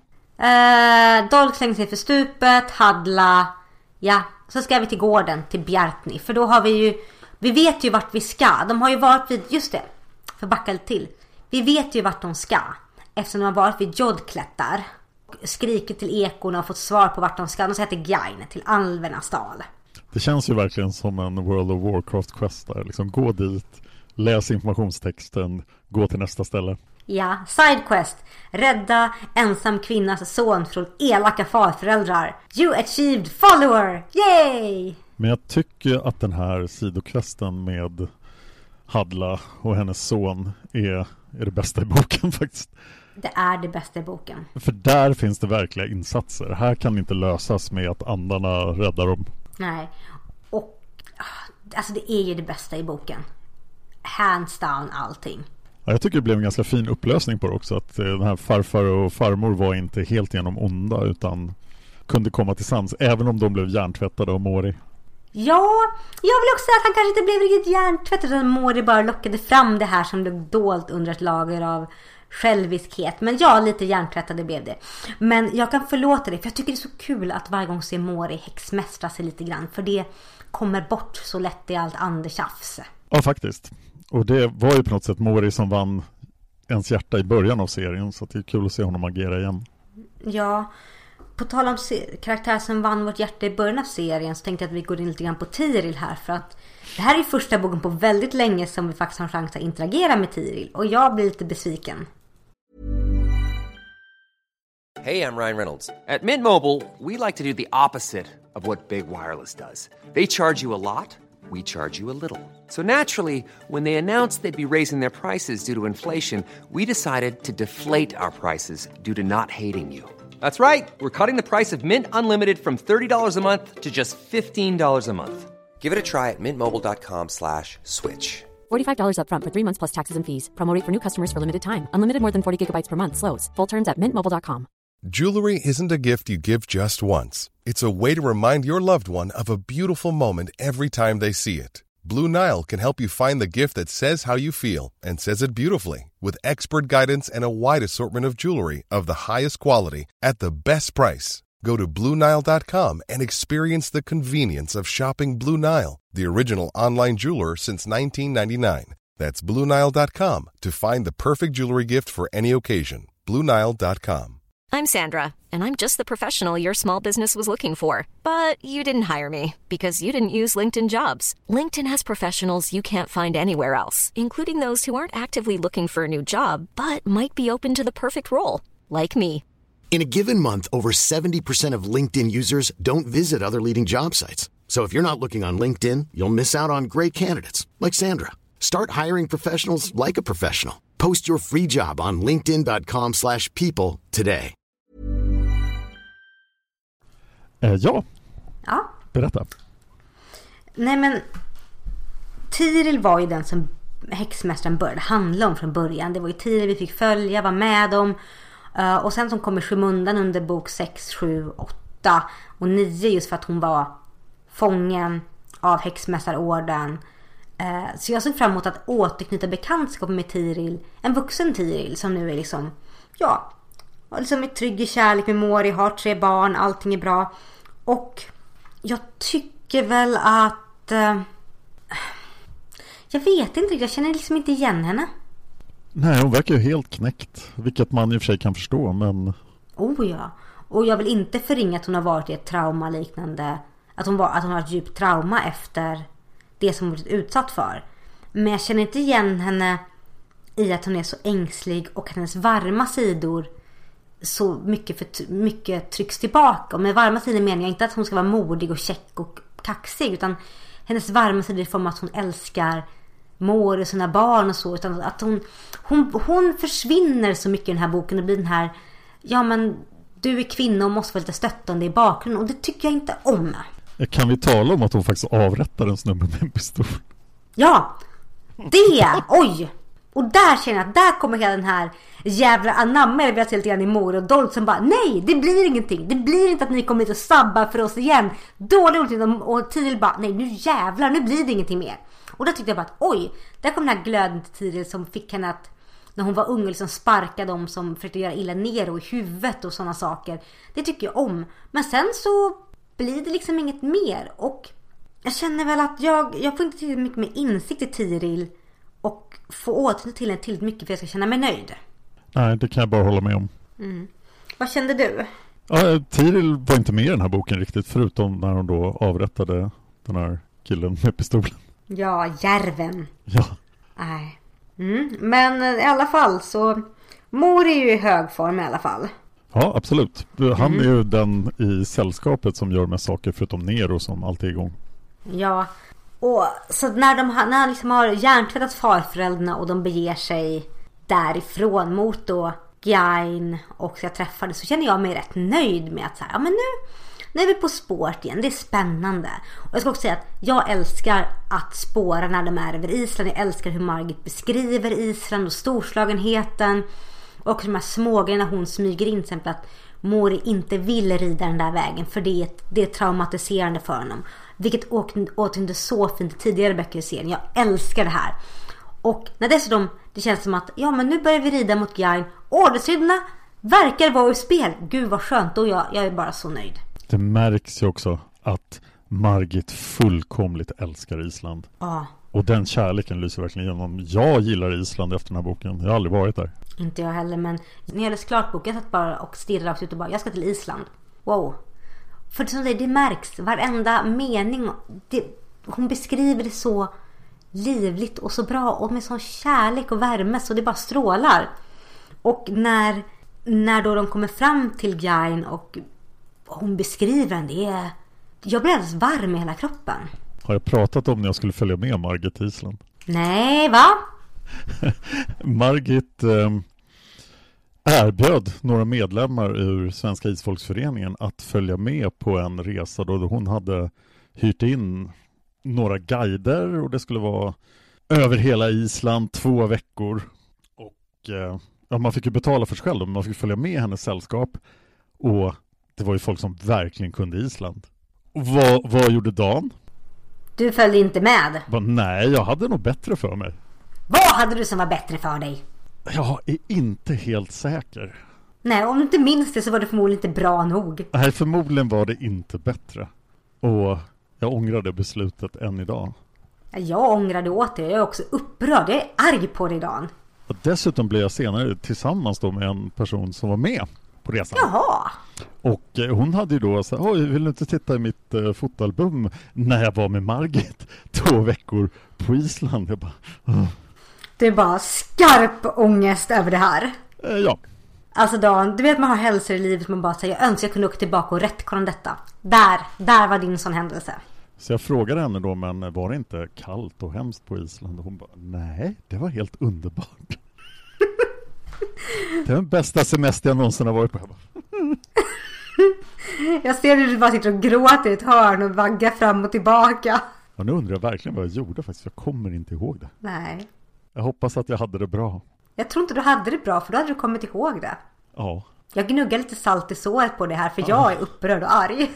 Eh, Dolg slänger sig för stupet, Hadla. Ja, så ska vi till gården, till Bjartni. För då har vi ju, vi vet ju vart vi ska. De har ju varit vid, just det, för backa till. Vi vet ju vart de ska. Eftersom de har varit vid Jodklättar. Skrikit till ekorna och fått svar på vart de ska. De ska till Gjain, till alvernas dal. Det känns ju verkligen som en World of Warcraft-quest där. Liksom, gå dit, läs informationstexten, gå till nästa ställe. Ja, sidequest. Rädda ensam kvinnas son från elaka farföräldrar. You achieved follower! Yay! Men jag tycker att den här sidokvesten med Hadla och hennes son är, är det bästa i boken faktiskt. Det är det bästa i boken. För där finns det verkliga insatser. Här kan det inte lösas med att andarna räddar dem. Nej, och alltså det är ju det bästa i boken. Hands down allting. Ja, jag tycker det blev en ganska fin upplösning på det också. Att den här farfar och farmor var inte helt genom onda utan kunde komma till sans. Även om de blev hjärntvättade av Mori. Ja, jag vill också säga att han kanske inte blev riktigt hjärntvättad. Utan Mori bara lockade fram det här som låg dolt under ett lager av själviskhet. Men ja, lite hjärntvättade blev det. Men jag kan förlåta det, för jag tycker det är så kul att varje gång se Mori häxmästra sig lite grann. För det kommer bort så lätt i allt andetjafs. Ja, faktiskt. Och det var ju på något sätt Mori som vann ens hjärta i början av serien, så det är kul att se honom agera igen. Ja, på tal om se- karaktär som vann vårt hjärta i början av serien, så tänkte jag att vi går in lite grann på Tiril här, för att det här är första boken på väldigt länge som vi faktiskt har en chans att interagera med Tiril, och jag blir lite besviken. Hey, I'm Ryan Reynolds. At Mint Mobile, we like to do the opposite of what Big Wireless does. They charge you a lot, we charge you a little. So naturally, when they announced they'd be raising their prices due to inflation, we decided to deflate our prices due to not hating you. That's right. We're cutting the price of Mint Unlimited from thirty dollars a month to just fifteen dollars a month. Give it a try at mintmobile.com slash switch. forty-five dollars up front for three months plus taxes and fees. Promo rate for new customers for limited time. Unlimited more than forty gigabytes per month. Slows full terms at mint mobile dot com. Jewelry isn't a gift you give just once. It's a way to remind your loved one of a beautiful moment every time they see it. Blue Nile can help you find the gift that says how you feel and says it beautifully, with expert guidance and a wide assortment of jewelry of the highest quality at the best price. Go to blue nile dot com and experience the convenience of shopping Blue Nile, the original online jeweler since nineteen ninety-nine. That's blue nile dot com to find the perfect jewelry gift for any occasion. blue nile dot com. I'm Sandra, and I'm just the professional your small business was looking for. But you didn't hire me because you didn't use LinkedIn Jobs. LinkedIn has professionals you can't find anywhere else, including those who aren't actively looking for a new job, but might be open to the perfect role, like me. In a given month, over seventy percent of LinkedIn users don't visit other leading job sites. So if you're not looking on LinkedIn, you'll miss out on great candidates, like Sandra. Start hiring professionals like a professional. Post your free job on linkedin dot com slash people today. Eh, ja. Ja. Berätta. Nej, men Tiril var ju den som häxmästaren började handla om från början. Det var ju Tiril vi fick följa, var med om. Uh, och sen som kom i skymundan under bok sex, sju, åtta och nio, just för att hon var fången av häxmästarorden. Uh, så jag såg fram emot att återknyta bekantskap med Tiril, en vuxen Tiril som nu är liksom, ja, liksom är trygg i kärlek med Mori, har tre barn, allting är bra. Och jag tycker väl att uh, jag vet inte riktigt, jag känner liksom inte igen henne. Nej, hon verkar ju helt knäckt, vilket man i och för sig kan förstå, men... Oh ja, och jag vill inte förringa att hon har varit i ett trauma liknande, att hon, var, att hon har ett djupt trauma efter det som hon blivit utsatt för. Men jag känner inte igen henne i att hon är så ängslig och hennes varma sidor så mycket, för, mycket trycks tillbaka. Och med varma sidor menar jag inte att hon ska vara modig och käck och kaxig, utan hennes varma sidor i form av att hon älskar Mor och sina barn och så, utan att hon, hon, hon försvinner så mycket i den här boken och blir den här, ja men du är kvinna och måste vara lite stöttande i bakgrunden, och det tycker jag inte om. Kan vi tala om att hon faktiskt avrättar en snubbe med en pistol? Ja, det, oj! Och där känner jag att där kommer hela den här jävla anamma, eller vi har till i Mor och Dolt som bara, nej, det blir ingenting. Det blir inte att ni kommer hit och sabbar för oss igen. Dåligt, och Tiril bara, nej nu jävlar, nu blir det ingenting mer. Och då tyckte jag bara att oj, där kom den här glöden till Tiril som fick henne att, när hon var ung, liksom sparka dem som försökte göra illa ner och i huvudet och sådana saker. Det tycker jag om. Men sen så blir det liksom inget mer. Och jag känner väl att jag, jag får inte tillräckligt mycket mer insikt i Tiril och få återknyta till henne tillräckligt mycket för att jag ska känna mig nöjd. Nej, det kan jag bara hålla med om. Mm. Vad kände du? Ja, Tiril var inte med i den här boken riktigt, förutom när hon då avrättade den här killen med pistolen. Ja, järven. Ja. Nej. Mm. Men i alla fall så Mor är ju i hög form i alla fall. Ja, absolut. Han Mm. är ju den i sällskapet som gör med saker förutom Nero som alltid är igång. Ja. Och så när de när han liksom har hjärntvättat farföräldrarna och de beger sig därifrån mot då Gjain och jag träffade, så känner jag mig rätt nöjd med att så här, ja men nu Nu är vi på spåret igen, det är spännande. Och jag ska också säga att jag älskar att spåra när de är över Island. Jag älskar hur Margit beskriver Island och storslagenheten. Och de här smågrejerna hon smyger in, till exempel att Mori inte vill rida den där vägen för det är, det är traumatiserande för honom. Vilket återkände så fint i tidigare böcker i serien. Jag älskar det här. Och när dessutom det känns som att ja men nu börjar vi rida mot Gjain. Ordensriddarna verkar vara i spel. Gud vad skönt, och jag, jag är bara så nöjd. Det märks ju också att Margit fullkomligt älskar Island. Ja. Och den kärleken lyser verkligen igenom. Jag gillar Island efter den här boken. Jag har aldrig varit där. Inte jag heller, men när jag läste klart boken, jag satt bara och stirrade ut och bara, jag ska till Island. Wow. För som det, det märks, varenda mening, det, hon beskriver det så livligt och så bra och med sån kärlek och värme så det bara strålar. Och när, när då de kommer fram till Gjain och hon beskriver den, det är, jag blir alldeles varm i hela kroppen. Har jag pratat om när jag skulle följa med Margit till Island? Nej, va? Margit eh, erbjöd några medlemmar ur Svenska Isfolksföreningen att följa med på en resa då hon hade hyrt in några guider och det skulle vara över hela Island två veckor. Och eh, ja, man fick ju betala för sig själv, men man fick följa med hennes sällskap och det var ju folk som verkligen kunde Island. Och vad, vad gjorde Dan? Du följde inte med? Bara, nej, jag hade nog bättre för mig. Vad hade du som var bättre för dig? Jag är inte helt säker. Nej, om du inte minns det så var det förmodligen inte bra nog. Nej, förmodligen var det inte bättre. Och jag ångrade beslutet än idag. Jag ångrade åt det. Jag är också upprörd. Jag är arg på det idag. Och dessutom blev jag senare tillsammans då med en person som var med på resan. Jaha. Och eh, hon hade ju då sagt, oj, vill du inte titta i mitt eh, fotoalbum när jag var med Margit två veckor på Island? Jag bara, uh. Det är bara skarp ångest över det här. Eh, ja. Alltså Dan, du vet man har hälsor i livet, man bara säger, jag önskar jag kunde åka tillbaka och rättkolla detta. Där, där var din sån händelse. Så jag frågade henne då, men var det inte kallt och hemskt på Island? Och hon bara, nej, det var helt underbart. Det är den bästa semester jag någonsin har varit på. Jag ser hur du bara sitter och gråter i ett hörn och vaggar fram och tillbaka. Ja, nu undrar jag verkligen vad jag gjorde faktiskt. Jag kommer inte ihåg det. Nej. Jag hoppas att jag hade det bra. Jag tror inte du hade det bra, för då hade du kommit ihåg det. Ja. Jag gnuggar lite salt i såret på det här, för jag är upprörd och arg.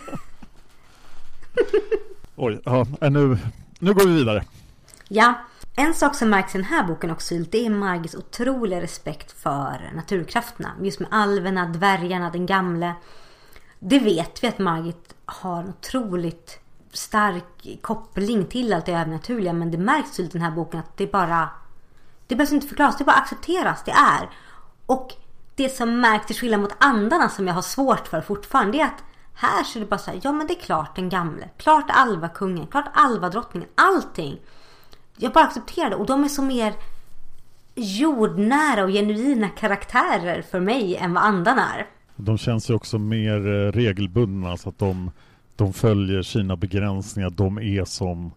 Oj, ja, nu, nu går vi vidare. Ja, en sak som märks i den här boken också, det är Margits otroliga respekt för naturkrafterna. Just med alverna, dvärgarna, den gamle. Det vet vi att Margit har en otroligt stark koppling till allt det övernaturliga. Men det märks i den här boken att det bara, det behövs inte förklaras, det bara accepteras, det är. Och det som märks till skillnad mot andarna som jag har svårt för fortfarande, det är att här så är det bara så här, ja men det är klart den gamle, klart alvakungen, klart alvadrottningen, allting. Jag bara accepterar det, och de är så mer jordnära och genuina karaktärer för mig än vad andarna är. De känns ju också mer regelbundna, så att de, de följer sina begränsningar. De är som,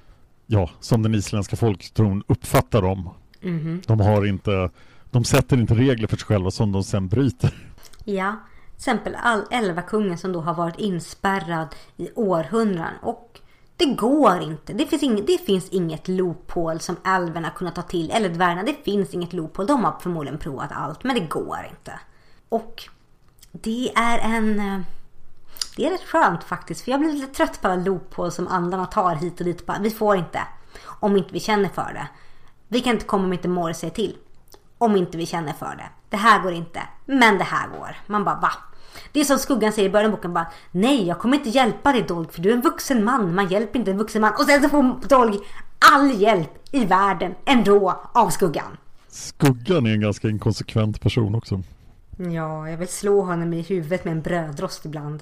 ja, som den isländska folktron uppfattar dem. Mm-hmm. De har inte, de sätter inte regler för sig själva som de sen bryter. Ja, till exempel Älvakungen som då har varit inspärrad i århundraden, och det går inte. Det finns inget, det finns inget loophole som älvarna kunnat ta till, eller dvärgarna. Det finns inget loophole. De har förmodligen provat allt, men det går inte. Och det är en, det är rätt skönt faktiskt, för jag blir lite trött på alla loophole som andarna tar hit och dit. Vi får inte, om inte vi känner för det. Vi kan inte komma om inte Mår säger till, om inte vi känner för det. Det här går inte, men det här går. Man bara, va? Det är som Skuggan säger i början av boken, bara, nej, jag kommer inte hjälpa dig Dolg, för du är en vuxen man. Man hjälper inte en vuxen man. Och sen så får Dolg all hjälp i världen ändå av Skuggan. Skuggan är en ganska inkonsekvent person också. Ja, jag vill slå honom i huvudet med en brödrost ibland.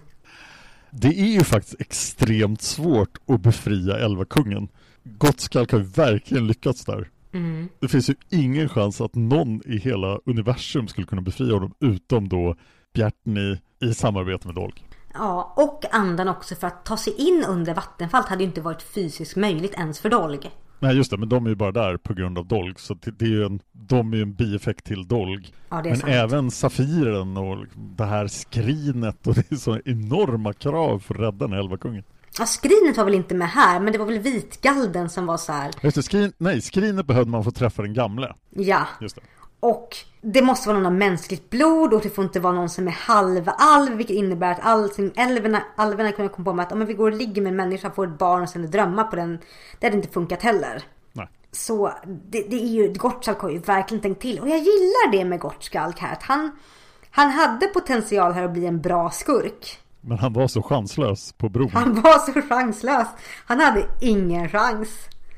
Det är ju faktiskt extremt svårt att befria Älvakungen. Gottskalk har ju verkligen lyckats där. Mm. Det finns ju ingen chans att någon i hela universum skulle kunna befria honom, utom då Bjärtni i samarbete med Dolg. Ja, och andan också, för att ta sig in under vattenfallet hade ju inte varit fysiskt möjligt ens för Dolg. Nej, just det, men de är ju bara där på grund av Dolg, så det är ju en, de är ju en bieffekt till Dolg. Ja, det är men sant. Även Safiren och det här skrinet, och det är så enorma krav för att rädda den Älvakungen. Ja, skrinet var väl inte med här, men det var väl Vitgalden som var så här. Just det, skrin, nej, skrinet behövde man få träffa den gamle. Ja. Just det. Och det måste vara någon av mänskligt blod, och det får inte vara någon som är halvalv, vilket innebär att allting, älverna, alverna kunde komma på med att om vi går och ligger med en människa, får ett barn och sen drömma på den. Det hade inte funkat heller. Nej. Så det, det är ju, Gottskalk har ju verkligen tänkt till. Och jag gillar det med Gottskalk här, att han, han hade potential här att bli en bra skurk. Men han var så chanslös på bron. Han var så chanslös. Han hade ingen chans.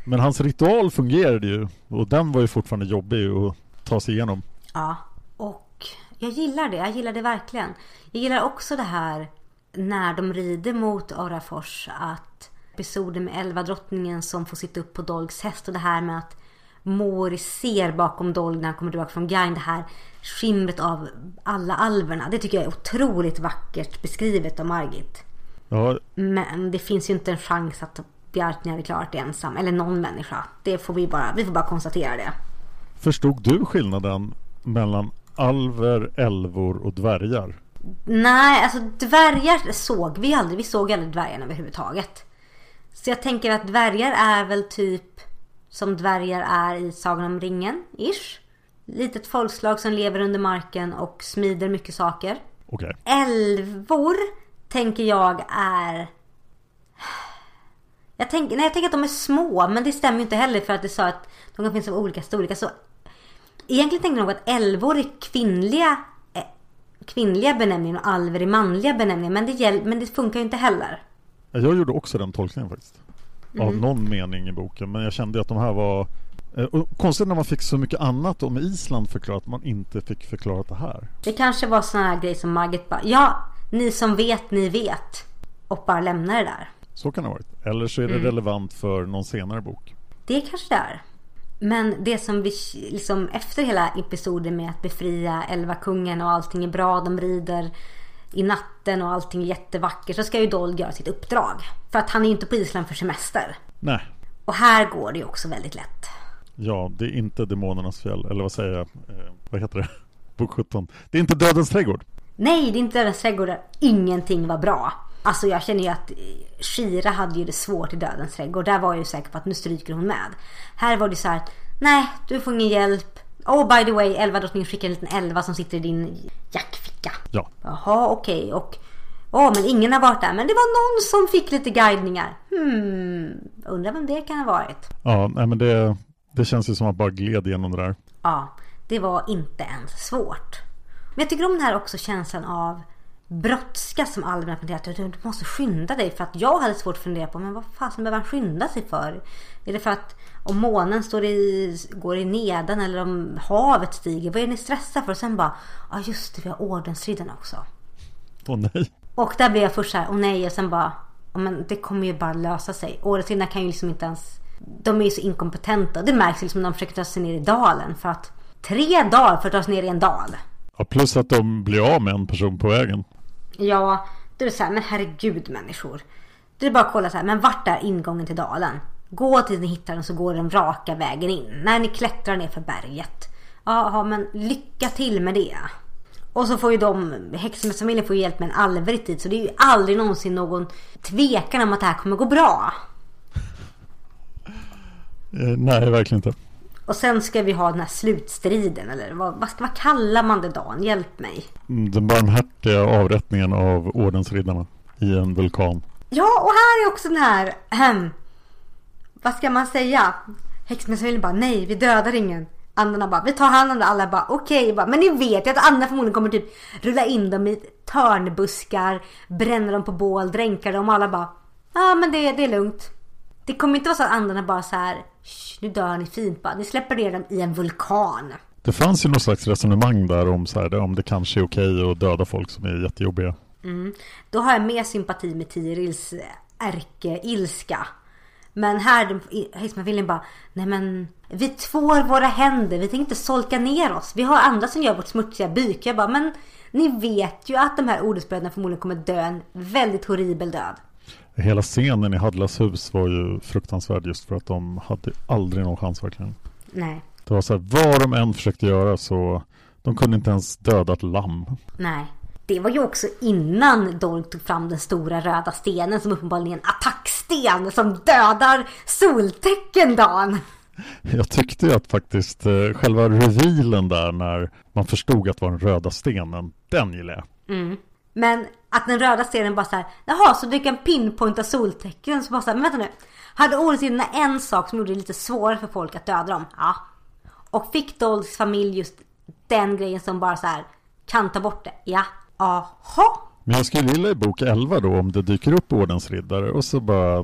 Men hans ritual fungerade ju. Och den var ju fortfarande jobbig att ta sig igenom. Ja, och jag gillar det. Jag gillar det verkligen. Jag gillar också det här när de rider mot Orafors, att episoden med Elvadrottningen som får sitta upp på Dolgs häst, och det här med att Mori ser bakom Dolg när han kommer tillbaka från Gain, det här skimret av alla alverna. Det tycker jag är otroligt vackert beskrivet av Margit. Ja. Men det finns ju inte en chans att Bjartni hade klarat det ensam, eller någon människa. Det får vi bara, vi får bara konstatera det. Förstod du skillnaden mellan alver, älvor och dvärgar? Nej, alltså dvärgar såg vi aldrig. Vi såg aldrig dvärgarna överhuvudtaget. Så jag tänker att dvärgar är väl typ som dvärgar är i Sagan om ringen, ish. Litet folkslag som lever under marken och smider mycket saker. Okay. Älvor tänker jag är... Jag tänker, nej, jag tänker att de är små, men det stämmer ju inte heller, för att det sa att de kan finnas av olika storlekar. Så egentligen tänker jag nog att älvor är kvinnliga, eh, kvinnliga benämningen och alver är manliga benämningen, men det, gäll, men det funkar ju inte heller. Jag gjorde också den tolkningen faktiskt. Av Mm. någon mening i boken. Men jag kände att de här var... Och konstigt när man fick så mycket annat om Island förklarat, att man inte fick förklarat det här. Det kanske var såna här grejer som Margit bara, ja, ni som vet, ni vet. Och bara lämnar det där. Så kan det ha varit. Eller så är det Mm. relevant för någon senare bok. Det kanske det är. Men det som vi liksom efter hela episoden med att befria Elvakungen och allting är bra, de rider i natten och allting är jättevackert, så ska ju Dolg göra sitt uppdrag. För att han är ju inte på Island för semester. Nej. Och här går det ju också väldigt lätt. Ja, det är inte Demonernas fjäll. Eller vad säger jag? Eh, vad heter det? Bok sjutton. Det är inte Dödens trädgård. Nej, det är inte Dödens trädgård där ingenting var bra. Alltså jag känner ju att Shira hade ju det svårt i Dödens trädgård. Där var jag ju säker på att nu stryker hon med. Här var det så här att, nej, du får ingen hjälp. Oh, by the way, Elvadrottningen skickar en liten elva som sitter i din jackficka. Ja. Jaha, okej. Okay. Och åh, oh, men ingen har varit där. Men det var någon som fick lite guidningar. Hmm, undrar vem det kan ha varit. Ja, nej, men det, det känns ju som att bara gled igenom det där. Ja, det var inte ens svårt. Men jag tycker om den här också känslan av brådska som Alvin har funderat. Du måste skynda dig, för att jag hade svårt att fundera på, men vad fasen behöver han skynda sig för? Är det för att om månen står i, går i nedan, eller om havet stiger? Vad är det ni stressar för? Och sen bara, ja ah, just det, vi har ordensriddarna också. Åh nej. Och där blev jag först så här, åh nej, och sen bara, oh, men det kommer ju bara lösa sig. Ordensriddarna kan ju liksom inte ens, de är ju så inkompetenta. Det märks liksom när de försöker ta sig ner i dalen, för att tre dagar för att ta sig ner i en dal. Ja, plus att de blir av med en person på vägen. Ja, det är så här, men herregud människor. Det är bara att kolla så här, men vart är ingången till dalen? Gå till ni hittar den, så går den raka vägen in. När ni klättrar ner för berget. Ja, men lycka till med det. Och så får ju de, häxmästarfamiljen får ju hjälp med en alver i tid. Så det är ju aldrig någonsin någon tvekan om att det här kommer gå bra. Eh, nej, verkligen inte. Och sen ska vi ha den här slutstriden, eller vad, vad, ska, vad kallar man det, Dan? Hjälp mig. Den barmhärtiga avrättningen av ordensriddarna i en vulkan. Ja, och här är också den här, ähm, vad ska man säga? Häxmästarfamiljen bara, nej, vi dödar ingen. Andra bara, vi tar hand om det. Alla bara, okej, okay. Men ni vet ju att andra förmodligen kommer typ rulla in dem i törnbuskar, bränna dem på bål, dränka dem. Och alla bara, ja ah, men det, det är lugnt. Det kommer inte vara så att andra bara så här, nu dör ni fint bara. Ni släpper ner dem i en vulkan. Det fanns ju någon slags resonemang där om, så här, om det kanske är okej att döda folk som är jättejobbiga. Mm. Då har jag mer sympati med Tirils ärkeilska. Men här, häxmästarfamiljen bara, nej men vi tvår våra händer, vi tänker inte solka ner oss. Vi har andra som gör vårt smutsiga byk. Jag bara, men ni vet ju att de här ordensbröderna förmodligen kommer dö en väldigt horribel död. Hela scenen i Hadlas hus var ju fruktansvärd, just för att de hade aldrig någon chans verkligen. Nej. Det var så här, vad de än försökte göra så de kunde inte ens döda ett lamm. Nej. Det var ju också innan Dolg tog fram den stora röda stenen som uppenbarligen är en attacksten som dödar soltecken, Dan. Jag tyckte ju att faktiskt eh, själva revealen där när man förstod att det var den röda stenen, den gillade jag. Mm. Men att den röda stenen bara så här, jaha, så du kan pinpointa soltecken, så bara så här, men vänta nu. Hade ordensriddarna en sak som gjorde det lite svårare för folk att döda dem? Ja. Och fick Dolgs familj just den grejen som bara så här kan ta bort det? Ja. Aha. Men jag skulle gilla i bok elva då om det dyker upp ordensriddare och så bara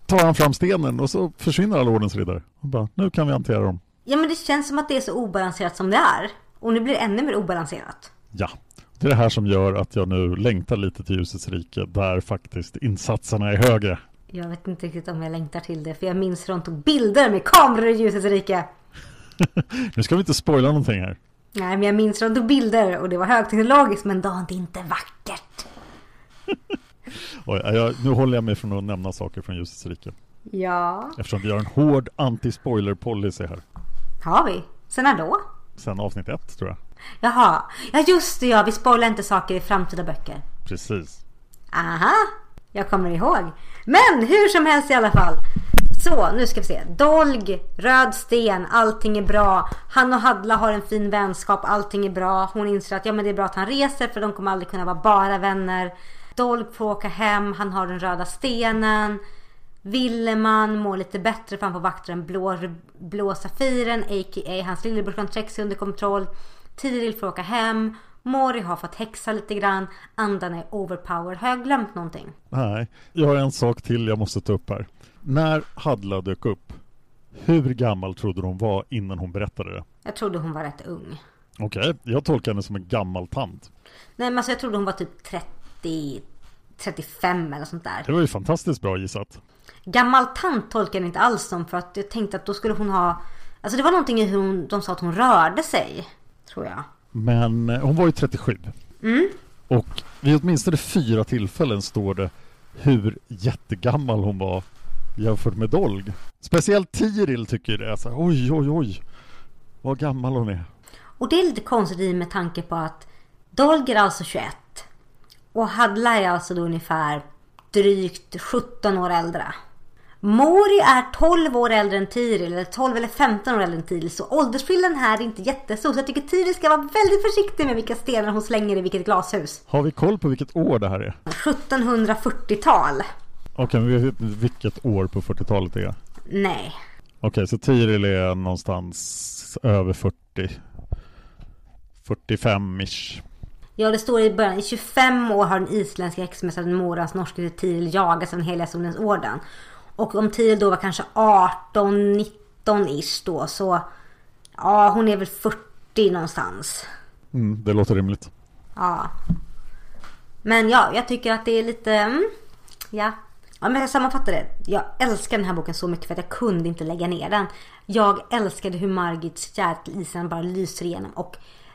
tar han fram stenen och så försvinner alla ordensriddare. Och bara, nu kan vi hantera dem. Ja, men det känns som att det är så obalanserat som det är. Och nu blir det ännu mer obalanserat. Ja, det är det här som gör att jag nu längtar lite till Ljusets rike, där faktiskt insatserna är högre. Jag vet inte riktigt om jag längtar till det, för jag minns hur de tog bilder med kameror i Ljusets rike. Nu ska vi inte spoila någonting här. Nej, men jag minns hur de tog bilder och det var högteknologiskt, men då är det inte vackert. Oj, jag, nu håller jag mig från att nämna saker från Ljusets rike. Ja. Eftersom vi har en hård anti-spoiler-policy här. Har vi? Sen när då? Sen avsnitt ett, tror jag. Jaha, ja just det, ja, vi spoilar inte saker i framtida böcker. Precis. Aha, jag kommer ihåg. Men hur som helst i alla fall. Så, nu ska vi se. Dolg, röd sten, allting är bra. Han och Hadla har en fin vänskap, allting är bra. Hon inser att ja, men det är bra att han reser, för de kommer aldrig kunna vara bara vänner. Dolg får åka hem, han har den röda stenen. Villeman mår lite bättre för han får vakta den blå, blå safiren, a k a hans lillebror kan träcka sig under kontroll. Tiril får åka hem. Mori har fått häxa lite grann. Andan är overpowered. Har jag glömt någonting? Nej, jag har en sak till jag måste ta upp här. När Hadla dök upp, hur gammal trodde hon var innan hon berättade det? Jag trodde hon var rätt ung. Okej, okay, jag tolkar henne som en gammal tant. Nej, men alltså jag trodde hon var typ trettio, trettiofem eller sånt där. Det var ju fantastiskt bra gissat. Gammal tant tolkar jag inte alls som, för att jag tänkte att då skulle hon ha... Alltså det var någonting i hur hon, de sa att hon rörde sig, tror jag. Men hon var ju trettiosju. Mm. Och vid åtminstone fyra tillfällen står det hur jättegammal hon var jämfört med Dolg. Speciellt Tiril tycker det är så här, oj oj oj, vad gammal hon är. Och det är lite konstigt i med tanke på att Dolg är alltså tjugoett. Och Hadla är alltså då ungefär drygt sjutton år äldre. Mori är tolv år äldre än Tiril, eller tolv eller femton år äldre än Tiril. Så åldersskillnaden här är inte jättestor. Så jag tycker Tiril ska vara väldigt försiktig med vilka stenar hon slänger i vilket glashus. Har vi koll på vilket år det här är? sjuttonhundrafyrtiotal. Okej, okay, men vi vet inte vilket år på fyrtiotalet det är. Nej. Okej, okay, så Tiril är någonstans över fyrtio. fyrtiofem-ish. Ja, det står i början. I tjugofem år har den isländska häxmästaren Morans norske Tiril jagats av den heliga solens orden. Och om Tiril då var kanske arton nitton-ish då, så ja, hon är väl fyrtio någonstans. Mm, det låter rimligt. Ja. Men ja, jag tycker att det är lite... Mm, ja. Ja, men jag sammanfattar det. Jag älskar den här boken så mycket för att jag kunde inte lägga ner den. Jag älskade hur Margits kärlek till isen bara lyser igenom. Och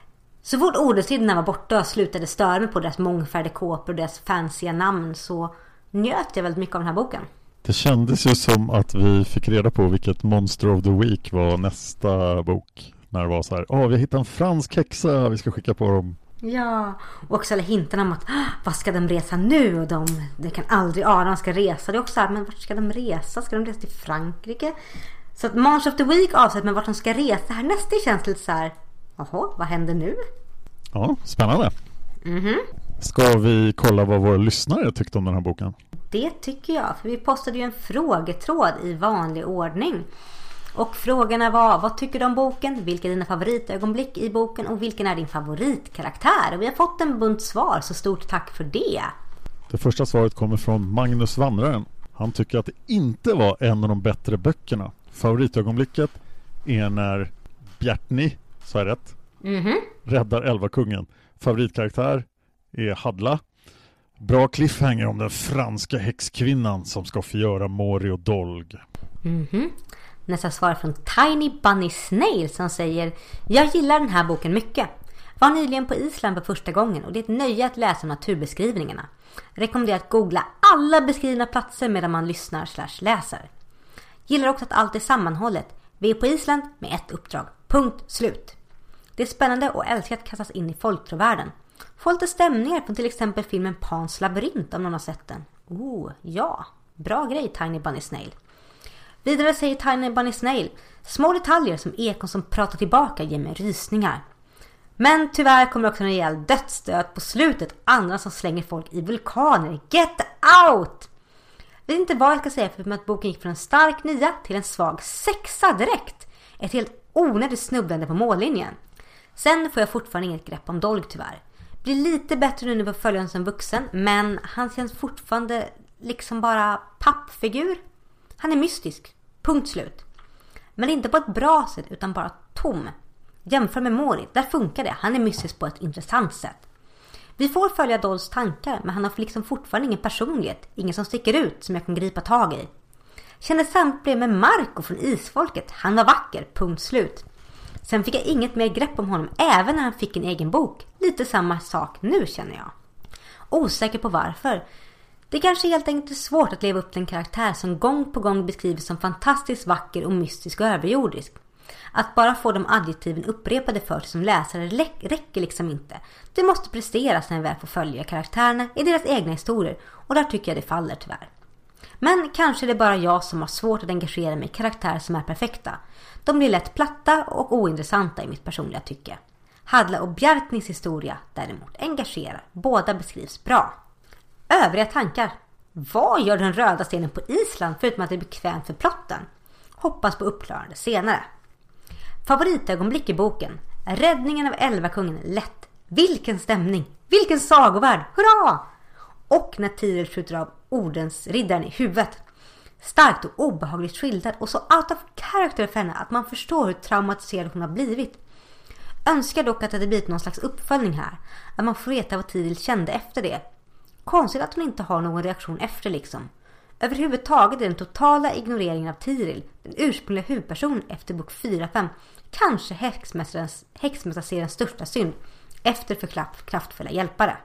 så fort ordensriddarna var borta och slutade störa mig på deras mångfärdiga kåpor och deras fancy namn, så njöt jag väldigt mycket av den här boken. Det kändes ju som att vi fick reda på vilket Monster of the Week var nästa bok. När det var så här, åh, vi har hittat en fransk häxa, vi ska skicka på dem. Ja, och också alla hintarna om att vad ska de resa nu? Och de, det kan aldrig Aron ska resa. Det är också här, men vart ska de resa? Ska de resa till Frankrike? Så att Monster of the Week avsett med vart de ska resa härnäst, känns lite så här, jaha, vad händer nu? Ja, spännande. Mhm. Ska vi kolla vad våra lyssnare tyckte om den här boken? Det tycker jag, för vi postade ju en frågetråd i vanlig ordning. Och frågorna var, vad tycker du om boken? Vilka är dina favoritögonblick i boken? Och vilken är din favoritkaraktär? Och vi har fått en bunt svar, så stort tack för det. Det första svaret kommer från Magnus Vandraren. Han tycker att det inte var en av de bättre böckerna. Favoritögonblicket är när Bjartni, så är rätt, mm-hmm. räddar Elvakungen. Favoritkaraktär är Hadla. Bra cliffhanger om den franska häxkvinnan som ska förgöra Mori och Dolg. Mhm. Nästa svar från Tiny Bunny Snail som säger: jag gillar den här boken mycket. Var nyligen på Island för första gången och det är ett nöje att läsa naturbeskrivningarna. Rekommenderar att googla alla beskrivna platser medan man lyssnar slash läser. Gillar också att allt är sammanhållet. Vi är på Island med ett uppdrag. Punkt slut. Det är spännande och älskar att kastas in i folktrovärlden. Få lite stämningar från till exempel filmen Pans labyrint om någon har sett den. Oh, ja. Bra grej, Tiny Bunny Snail. Vidare säger Tiny Bunny Snail: små detaljer som ekon som pratar tillbaka ger mig rysningar. Men tyvärr kommer också en rejäl dödsstöt på slutet. Andra som slänger folk i vulkaner. Get out! Jag vet inte vad jag ska säga, för att boken gick från en stark nia till en svag sexa direkt. Ett helt onödigt snubblande på mållinjen. Sen får jag fortfarande inget grepp om Dolg tyvärr. Blir lite bättre nu när vi följer honom som vuxen, men han känns fortfarande liksom bara pappfigur. Han är mystisk. Punkt slut. Men inte på ett bra sätt utan bara tom. Jämför med Mori, där funkar det. Han är mystisk på ett intressant sätt. Vi får följa Dolls tankar, men han har liksom fortfarande ingen personlighet. Ingen som sticker ut som jag kan gripa tag i. Kände samtidigt med Marco från Isfolket. Han var vacker, punkt slut. Sen fick jag inget mer grepp om honom även när han fick en egen bok. Lite samma sak nu känner jag. Osäker på varför. Det kanske helt enkelt är svårt att leva upp till en karaktär som gång på gång beskrivs som fantastiskt vacker och mystisk och överjordisk. Att bara få de adjektiven upprepade för sig som läsare räcker liksom inte. Det måste presteras när vi väl får följa karaktärerna i deras egna historier, och där tycker jag det faller tyvärr. Men kanske det är bara jag som har svårt att engagera mig i karaktärer som är perfekta. De blir lätt platta och ointressanta i mitt personliga tycke. Hadla och Bjartnings historia däremot engagerar. Båda beskrivs bra. Övriga tankar. Vad gör den röda stenen på Island förutom att det är bekvämt för plotten? Hoppas på uppklarande senare. Favoritögonblick i boken. Räddningen av Elvakungen lätt. Vilken stämning! Vilken sagovärld! Hurra! Och när Tiril skjuter av Ordens riddaren i huvudet. Starkt och obehagligt skildrat och så out of character för henne att man förstår hur traumatiserad hon har blivit. Önskar dock att det blivit någon slags uppföljning här. Att man får veta vad Tiril kände efter det. Konstigt att hon inte har någon reaktion efter liksom. Överhuvudtaget är den totala ignoreringen av Tiril, den ursprungliga huvudpersonen efter bok fyra fem, kanske häxmästarseriens största synd efter för kraftfulla hjälpare.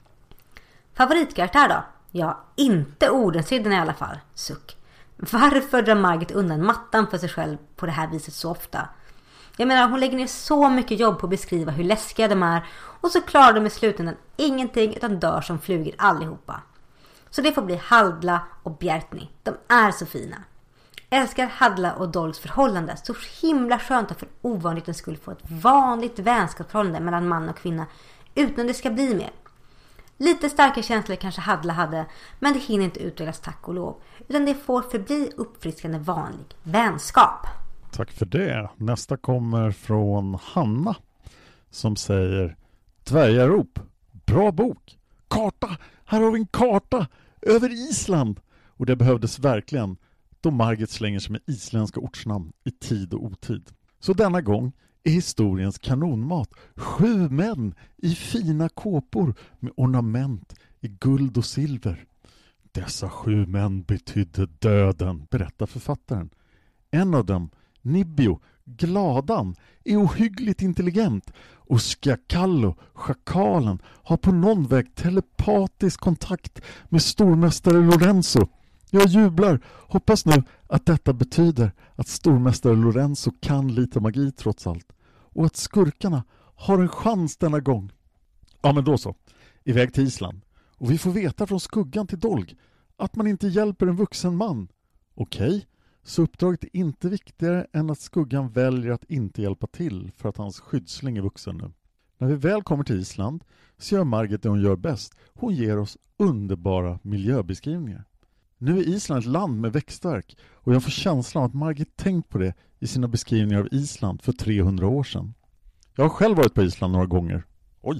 Favoritkaraktär då? Ja, inte Ordensriddarna i alla fall. Suck. Varför drar Margit undan mattan för sig själv på det här viset så ofta? Jag menar, hon lägger ner så mycket jobb på att beskriva hur läskiga de är, och så klarar de i slutändan ingenting utan dör som flugor allihopa. Så det får bli Hadla och Bjartni. De är så fina. Älskar Hadla och Dolls förhållande. Så himla skönt att för ovanligheten skulle få ett vanligt vänskapsförhållande mellan man och kvinna utan att det ska bli mer. Lite starka känslor kanske Hadla hade, men det hinner inte utvecklas tack och lov. Utan det får förbli uppfriskande vanlig vänskap. Tack för det. Nästa kommer från Hanna som säger: Dvärgarop, bra bok. Karta, här har vi en karta över Island. Och det behövdes verkligen då Margit slänger sig med isländska ortsnamn i tid och otid. Så denna gång är historiens kanonmat sju män i fina kåpor med ornament i guld och silver. Dessa sju män betydde döden, berättar författaren. En av dem, Nibbio, gladan, är ohyggligt intelligent, och Skakallo, schakalen, har på någon väg telepatisk kontakt med stormästare Lorenzo. Jag jublar, hoppas nu att detta betyder att stormästare Lorenzo kan lite magi trots allt, och att skurkarna har en chans denna gång. Ja, men då så. Iväg till Island. Och vi får veta från skuggan till Dolg att man inte hjälper en vuxen man. Okej, så uppdraget är inte viktigare än att skuggan väljer att inte hjälpa till för att hans skyddsling är vuxen nu. När vi väl kommer till Island så gör Margit det hon gör bäst. Hon ger oss underbara miljöbeskrivningar. Nu är Island ett land med växtverk, och jag får känslan av att Margit tänkt på det i sina beskrivningar av Island för trehundra år sedan. Jag har själv varit på Island några gånger. Oj,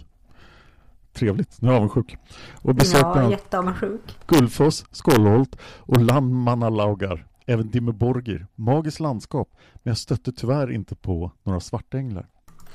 trevligt, nu är jag avundsjuk. Och besökt ja, jätteavundsjuk. Gullfoss, Skålholt och Landmannalaugar. Även Dimmerborgir, magiskt landskap, men jag stötte tyvärr inte på några svartänglar.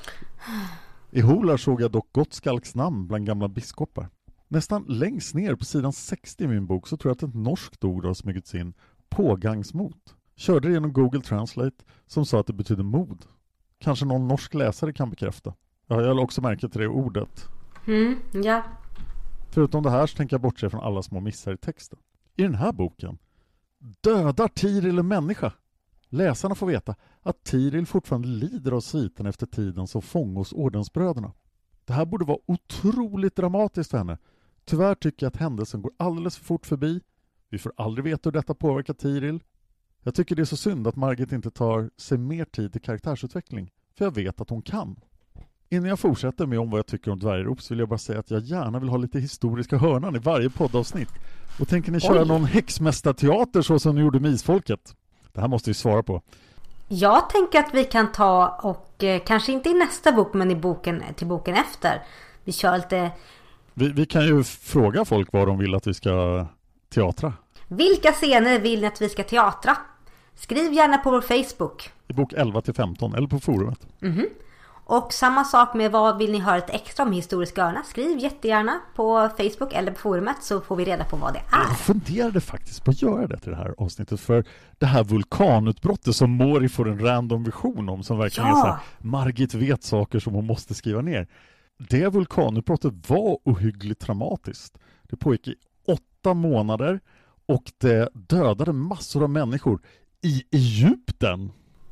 I Holar såg jag dock Gottskalks namn bland gamla biskopar. Nästan längst ner på sidan sextio i min bok så tror jag att ett norskt ord har smugits in, pågangsmot. Körde det genom Google Translate som sa att det betyder mod. Kanske någon norsk läsare kan bekräfta. Ja, jag har också märkt till det ordet. Mm, ja. Förutom det här så tänker jag bortse från alla små missar i texten. I den här boken dödar Tiril en människa. Läsarna får veta att Tiril fortfarande lider av sviten efter tiden som fång hos ordensbröderna. Det här borde vara otroligt dramatiskt för henne. Tyvärr tycker jag att händelsen går alldeles för fort förbi. Vi får aldrig veta hur detta påverkar Tiril. Jag tycker det är så synd att Margit inte tar sig mer tid till karaktärsutveckling. För jag vet att hon kan. Innan jag fortsätter med om vad jag tycker om Dvärgarop så vill jag bara säga att jag gärna vill ha lite historiska hörnan i varje poddavsnitt. Och tänker ni köra Oj. någon häxmästarteater så som ni gjorde med Isfolket? Det här måste vi svara på. Jag tänker att vi kan ta och eh, kanske inte i nästa bok men i boken till boken efter. Vi kör lite... Vi, vi kan ju fråga folk vad de vill att vi ska teatra. Vilka scener vill ni att vi ska teatra? Skriv gärna på vår Facebook. I bok elva till femton eller på forumet. Mm-hmm. Och samma sak med vad vill ni höra ett extra om Historiska Örnar? Skriv jättegärna på Facebook eller på forumet så får vi reda på vad det är. Jag funderade faktiskt på att göra det till det här avsnittet, för det här vulkanutbrottet som Mori får en random vision om, som verkligen ja. är så här, Margit vet saker som hon måste skriva ner. Det vulkanutbrottet var ohyggligt traumatiskt. Det pågick i åtta månader och det dödade massor av människor i Egypten.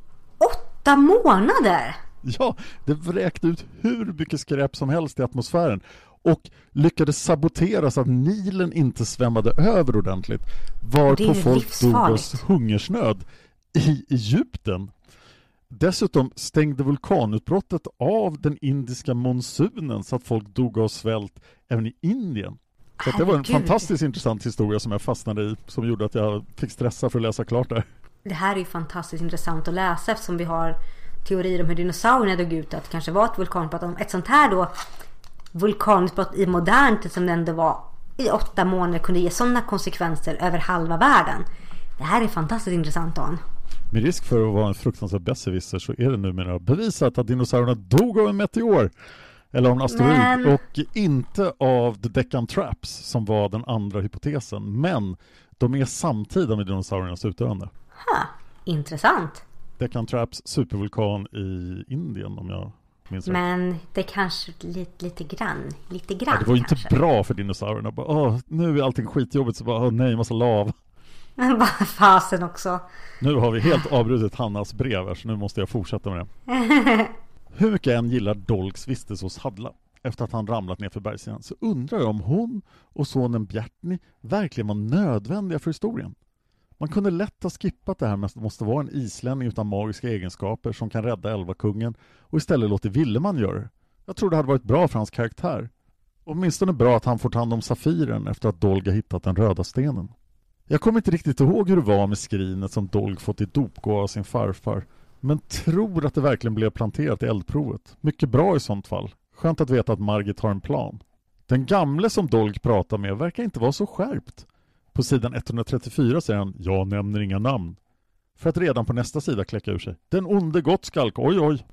Åtta månader? Ja, det vräkte ut hur mycket skräp som helst i atmosfären och lyckades sabotera så att Nilen inte svämmade över ordentligt, varpå folk dog av hungersnöd i Egypten. Dessutom stängde vulkanutbrottet av den indiska monsunen så att folk dog av svält även i Indien. Så det var en fantastiskt intressant historia som jag fastnade i, som gjorde att jag fick stressa för att läsa klart där. Det här är ju fantastiskt intressant att läsa eftersom vi har teorier om hur dinosaurierna dog ut, att det kanske var ett vulkanutbrott. Om ett sånt här då vulkanutbrott i modern tid som det ändå var i åtta månader kunde ge sådana konsekvenser över halva världen. Det här är fantastiskt intressant, Dan. Med risk för att vara en fruktansvärd besserwisser så är det numera bevisat att dinosaurierna dog av en meteor eller av en asteroid men... och inte av The Deccan Traps som var den andra hypotesen. Men de är samtida med dinosauriernas utdöende. Ha, intressant. Deccan Traps supervulkan i Indien om jag minns rätt. Men det kanske lite, lite grann, lite grann ja, det var ju kanske. inte bra för dinosaurierna. Bara, åh, nu är allting skitjobbigt så bara, åh nej, massa lav. Men bara fasen också. Nu har vi helt avbrutit Hannas brev här, så nu måste jag fortsätta med det. Hur mycket jag än gillar Dolgs vistelse hos Hadla efter att han ramlat ner för bergssidan, så undrar jag om hon och sonen Bjartni verkligen var nödvändiga för historien. Man kunde lätt ha skippat det här med att det måste vara en islänning utan magiska egenskaper som kan rädda Elvakungen och istället låter Villeman göra det. Jag tror det hade varit bra för hans karaktär. Åtminstone bra att han får ta hand om Safiren efter att Dolg har hittat den röda stenen. Jag kommer inte riktigt ihåg hur det var med skrinet som Dolg fått i dopgåva av sin farfar, men tror att det verkligen blev planterat i eldprovet. Mycket bra i sånt fall. Skönt att veta att Margit har en plan. Den gamle som Dolg pratar med verkar inte vara så skärpt. På sidan etthundratrettiofyra säger han, jag nämner inga namn. För att redan på nästa sida kläcka ur sig, den onde Gottskalk, oj oj.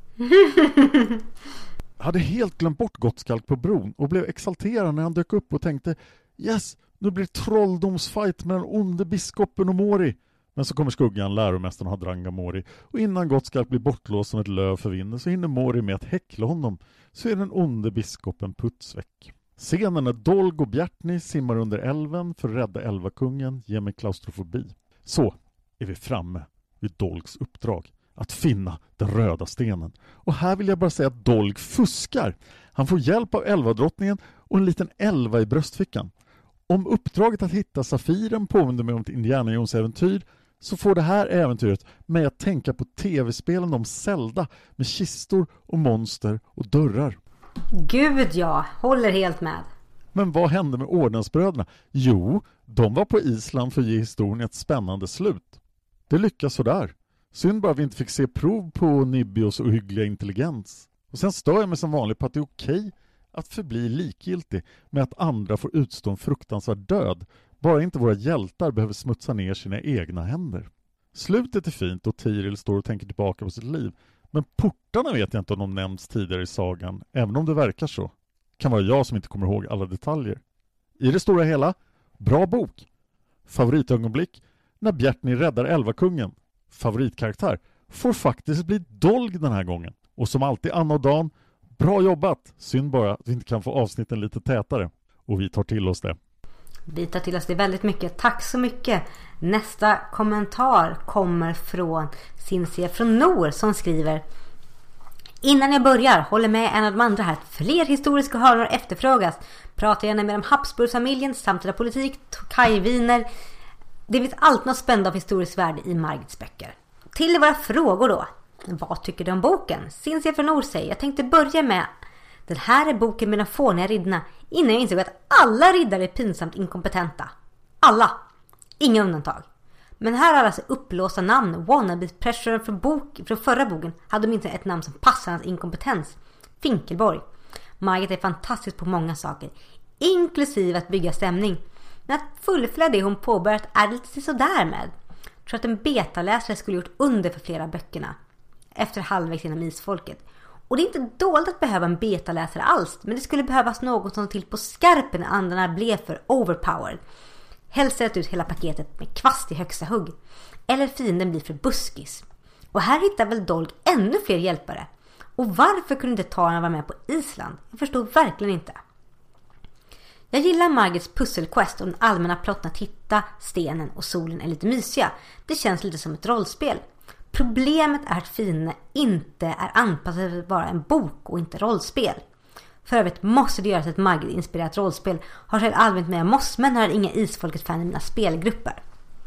Jag hade helt glömt bort Gottskalk på bron och blev exalterad när han dök upp och tänkte, yes, nu blir trolldomsfight mellan onde biskopen och Mori. Men så kommer skuggan, läromästaren Hadrangga Mori, och innan Gottskalk blir bortlåst som ett löv för vinden så hinner Mori med att häckla honom, så är den onde biskopen putsväck. Scenen när Dolg och Bjartni simmar under älven för att rädda Elvakungen ger mig klaustrofobi. Så är vi framme vid Dolgs uppdrag, att finna den röda stenen. Och här vill jag bara säga att Dolg fuskar. Han får hjälp av Elvadrottningen och en liten elva i bröstfickan. Om uppdraget att hitta Safiren påminner mig om ett Indiana Jones äventyr, så får det här äventyret mig att tänka på tv-spelen om Zelda med kistor och monster och dörrar. Gud ja, håller helt med. Men vad hände med ordensbröderna? Jo, de var på Island för att ge historien ett spännande slut. Det lyckas sådär. Synd bara vi inte fick se prov på Nibbios ohyggliga intelligens. Och sen stör jag mig som vanligt på att det är okej att förbli likgiltig med att andra får utstå en fruktansvärd död. Bara inte våra hjältar behöver smutsa ner sina egna händer. Slutet är fint och Tiril står och tänker tillbaka på sitt liv. Men portarna vet jag inte om de nämnts tidigare i sagan, även om det verkar så. Kan vara jag som inte kommer ihåg alla detaljer. I det stora hela, bra bok. Favoritögonblick, när Bjartni räddar Elvakungen. Favoritkaraktär, får faktiskt bli Dolg den här gången. Och som alltid Anna och Dan, bra jobbat. Synd bara att vi inte kan få avsnitten lite tätare. Och vi tar till oss det. Vi tar till oss det väldigt mycket. Tack så mycket. Nästa kommentar kommer från Cinzia från Nor som skriver: innan jag börjar, håller med en av de andra här. Fler historiska hörnor efterfrågas. Pratar gärna med om Habsburgfamiljen, samtida politik, kajviner. Det finns alltid något spännande av historiskt värde i Margits böcker. Till våra frågor då. Vad tycker du om boken? Cinzia från Nor säger: jag tänkte börja med den här är boken med de fåniga riddarna, innan jag insåg att alla riddare är pinsamt inkompetenta. Alla. Ingen undantag. Men här har alltså upplåsta namn. Wannabe-pressuren från, bok, från förra boken hade åtminstone ett namn som passar hans inkompetens. Finkelborg. Margit är fantastisk på många saker, inklusive att bygga stämning. Men att fullfölja det hon påbörjat är lite sådär med. Jag tror att en betaläsare skulle gjort under för flera böckerna. Efter halvvägs genom Isfolket. Och det är inte dåligt att behöva en betaläsare alls. Men det skulle behövas något som till på skarpen när andarna blev för overpowered. Helst sätta ut hela paketet med kvast i högsta hugg. Eller fienden blir för buskis. Och här hittar väl Dolg ännu fler hjälpare. Och varför kunde inte Taran vara med på Island? Jag förstår verkligen inte. Jag gillar Margits pusselquest och den allmänna plotten att hitta stenen och solen är lite mysiga. Det känns lite som ett rollspel. Problemet är att fienden inte är anpassade för att vara en bok och inte rollspel. För övrigt måste det göras ett Margit-inspirerat rollspel. Har själv allmänt med mossmän har inga Isfolket-fan i mina spelgrupper.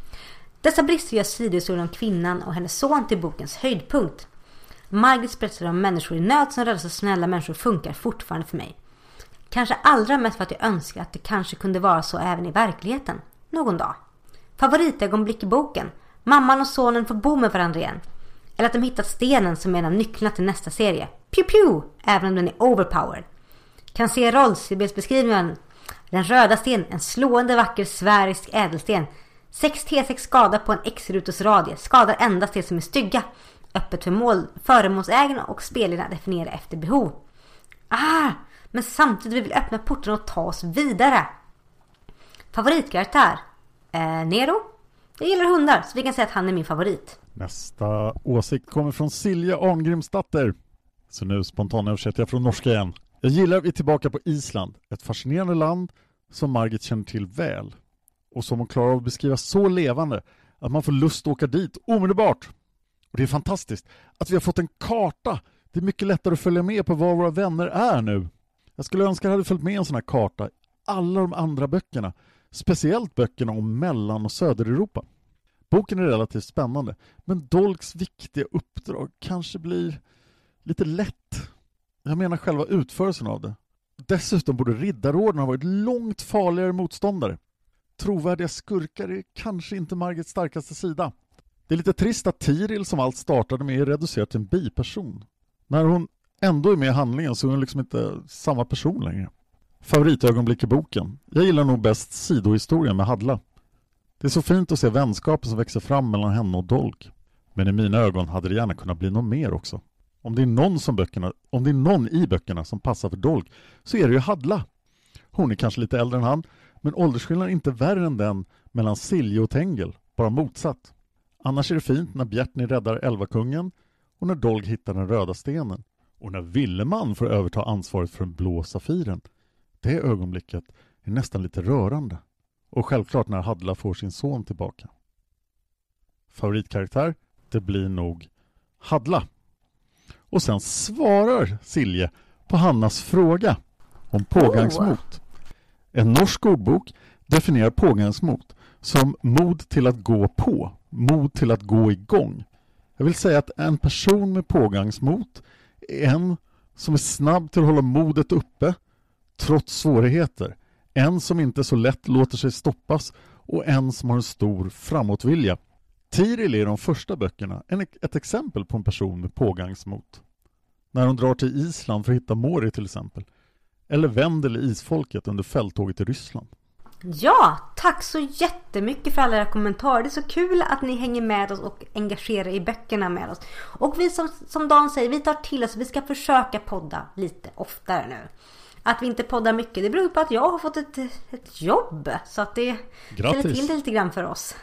Dessa brister gör sidohistorien om kvinnan och hennes son till bokens höjdpunkt. Margits berättelser om människor i nöd som räddar så snälla människor funkar fortfarande för mig. Kanske allra mest för att jag önskar att det kanske kunde vara så även i verkligheten. Någon dag. Favoritögonblick i boken. Mamman och sonen får bo med varandra igen. Eller att de hittat stenen som är en av nycklarna till nästa serie. Pew pew! Även om den är overpowered. Kan se rollspelsbeskrivningen. Den röda sten, en slående vacker sfärisk ädelsten. sex T sex skada på en X-rutus radie. Skadar endast det som är stygga. Öppet för mål, föremålsägarna och spelarna definiera efter behov. Ah! Men samtidigt vill vi öppna porten och ta oss vidare. Favoritkaraktär? Eh, Nero? Jag gillar hundar så vi kan säga att han är min favorit. Nästa åsikt kommer från Silja Arngrimsdatter. Så nu spontant översätter jag från norska igen. Jag gillar att vi är tillbaka på Island. Ett fascinerande land som Margit känner till väl. Och som hon klarar av att beskriva så levande att man får lust att åka dit omedelbart. Och det är fantastiskt att vi har fått en karta. Det är mycket lättare att följa med på var våra vänner är nu. Jag skulle önska att jag hade följt med en sån här karta i alla de andra böckerna. Speciellt böckerna om Mellan- och Södereuropa. Boken är relativt spännande. Men Dolgs viktiga uppdrag kanske blir lite lätt. Jag menar själva utförelsen av det. Dessutom borde Riddarorden ha varit långt farligare motståndare. Trovärdiga skurkar är kanske inte Margits starkaste sida. Det är lite trist att Tiril som allt startade med är reducerad till en biperson. När hon ändå är med i handlingen så är hon liksom inte samma person längre. Favoritögonblick i boken. Jag gillar nog bäst sidohistorien med Hadla. Det är så fint att se vänskapen som växer fram mellan henne och Dolg. Men i mina ögon hade det gärna kunnat bli något mer också. Om det är någon, som böckerna, om det är någon i böckerna som passar för Dolg så är det ju Hadla. Hon är kanske lite äldre än han, men åldersskillnaden är inte värre än den mellan Silje och Tengel, bara motsatt. Annars är det fint när Bjärtni räddar Älvakungen och när Dolg hittar den röda stenen. Och när Villeman får överta ansvaret för den blå safiren. Det ögonblicket är nästan lite rörande. Och självklart när Hadla får sin son tillbaka. Favoritkaraktär? Det blir nog Hadla. Och sen svarar Silje på Hannas fråga om pågangsmot. En norsk ordbok definierar pågangsmot som mod till att gå på, mod till att gå igång. Jag vill säga att en person med pågangsmot är en som är snabb till att hålla modet uppe trots svårigheter. En som inte så lätt låter sig stoppas och en som har en stor framåtvilja. Tiril är i de första böckerna en, ett exempel på en person med pågangsmot. När hon drar till Island för att hitta Mori till exempel. Eller Vendel i Isfolket under fälttåget i Ryssland. Ja, tack så jättemycket för alla era kommentarer. Det är så kul att ni hänger med oss och engagerar i böckerna med oss. Och vi som, som Dan säger, vi tar till oss. Vi ska försöka podda lite oftare nu. Att vi inte poddar mycket, det beror på att jag har fått ett, ett jobb. Så att det ställer till det lite grann för oss.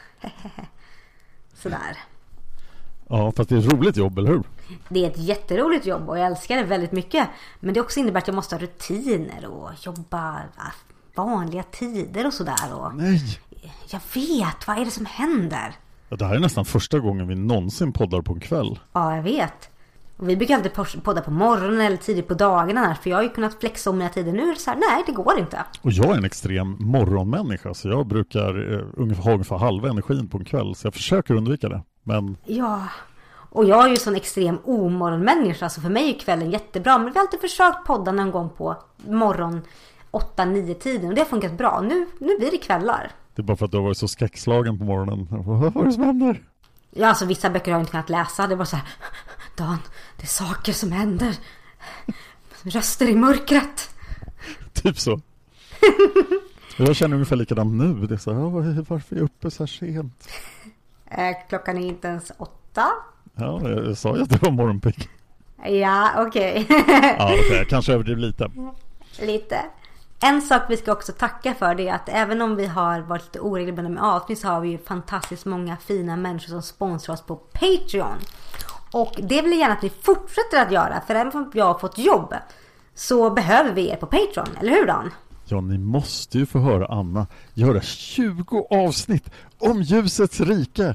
Sådär. Ja, fast det är ett roligt jobb, eller hur? Det är ett jätteroligt jobb och jag älskar det väldigt mycket. Men det också innebär att jag måste ha rutiner och jobba vanliga tider och sådär. Och Nej! Jag vet, vad är det som händer? Ja, det här är nästan första gången vi någonsin poddar på en kväll. Ja, jag vet. Och vi brukar alltid podda på morgonen eller tidigt på dagarna här, för jag har ju kunnat flexa om mina tider. Nu är det så här, nej det går inte. Och jag är en extrem morgonmänniska så jag brukar eh, ungefär, ha ungefär halva energin på en kväll. Så jag försöker undvika det. Men... Ja, och jag är ju sån extrem omorgonmänniska så för mig är kvällen jättebra. Men vi har alltid försökt podda någon gång på morgon åtta nio tiden och det har funkat bra. Nu, nu blir det kvällar. Det är bara för att du har varit så skräckslagen på morgonen. Vad är det som händer? Ja, alltså vissa böcker har jag inte kunnat läsa. Det var så här, Dan, det är saker som händer. Röster i mörkret. Typ så. Jag känner ungefär likadant nu. Det är så här, varför är jag uppe så här sent? Eh, klockan är inte ens åtta. Ja, jag, jag sa ju att det var morgonpigg. Ja, okej. Okay. Ja, okej. Okay. Kanske överdriv lite. Lite. En sak vi ska också tacka för det är att även om vi har varit lite oregelbundna med avsnitt så har vi ju fantastiskt många fina människor som sponsrar oss på Patreon. Och det vill jag gärna att vi fortsätter att göra, för även om jag har fått jobb så behöver vi er på Patreon, eller hur Dan? Ja, ni måste ju få höra Anna göra tjugo avsnitt om ljusets rike.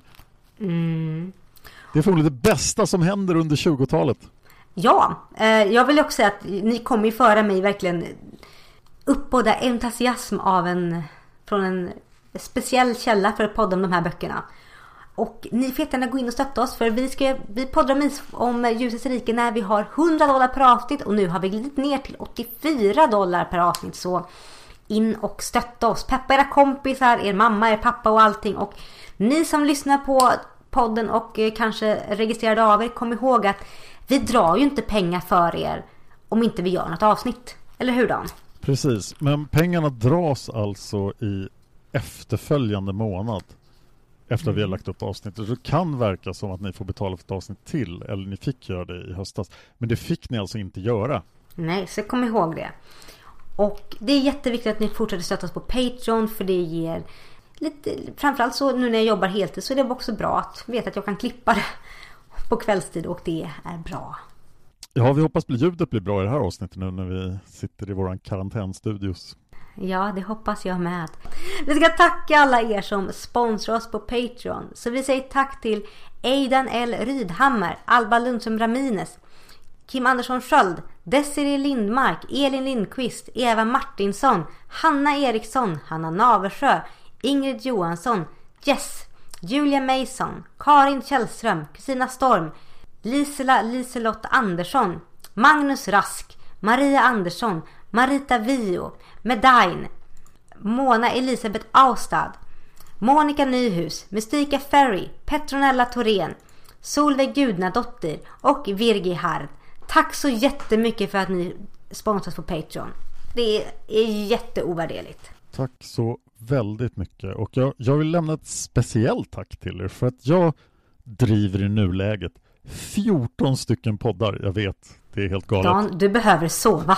Mm. Det är förmodligen det bästa som händer under tjugotalet. Ja, eh, jag vill också säga att ni kommer ju föra mig verkligen uppbåda entusiasm av en, från en speciell källa för att podda om de här böckerna. Och ni får gärna gå in och stötta oss, för vi, ska, vi poddar om, om ljusets rike när vi har hundra dollar per avsnitt, och nu har vi glidit ner till åttiofyra dollar per avsnitt. Så in och stötta oss, peppa era kompisar, er mamma, er pappa och allting. Och ni som lyssnar på podden och eh, kanske registrerade av er, kom ihåg att vi drar ju inte pengar för er om inte vi gör något avsnitt, eller hur Dan? Precis, men pengarna dras alltså i efterföljande månad efter att vi har lagt upp avsnittet. Så det kan verka som att ni får betala för ett avsnitt till, eller ni fick göra det i höstas. Men det fick ni alltså inte göra. Nej, så kom ihåg det. Och det är jätteviktigt att ni fortsätter stötta oss på Patreon, för det ger lite, framförallt så nu när jag jobbar heltid så är det också bra att veta att jag kan klippa det på kvällstid, och det är bra. Ja, vi hoppas att ljudet blir bra i det här avsnittet nu när vi sitter i våran karantänstudios. Ja, det hoppas jag med. Vi ska tacka alla er som sponsrar oss på Patreon. Så vi säger tack till Aidan L. Rydhammar, Alba Lundström Ramines, Kim Andersson Sköld, Desiree Lindmark, Elin Lindqvist, Eva Martinsson, Hanna Eriksson, Hanna Naversjö, Ingrid Johansson, Jess, Julia Mason, Karin Källström, Kristina Storm, Lisela Liselott Andersson, Magnus Rask, Maria Andersson, Marita Vio, Medain, Mona Elisabeth Austad, Monica Nyhus, Mystika Ferry, Petronella Thorén, Solveig Gudnadotter och Virgi Hard. Tack så jättemycket för att ni sponsras på Patreon. Det är jätteovärderligt. Tack så väldigt mycket. Och jag, jag vill lämna ett speciellt tack till er, för att jag driver i nuläget fjorton stycken poddar. Jag vet, det är helt galet. Dan, du behöver sova.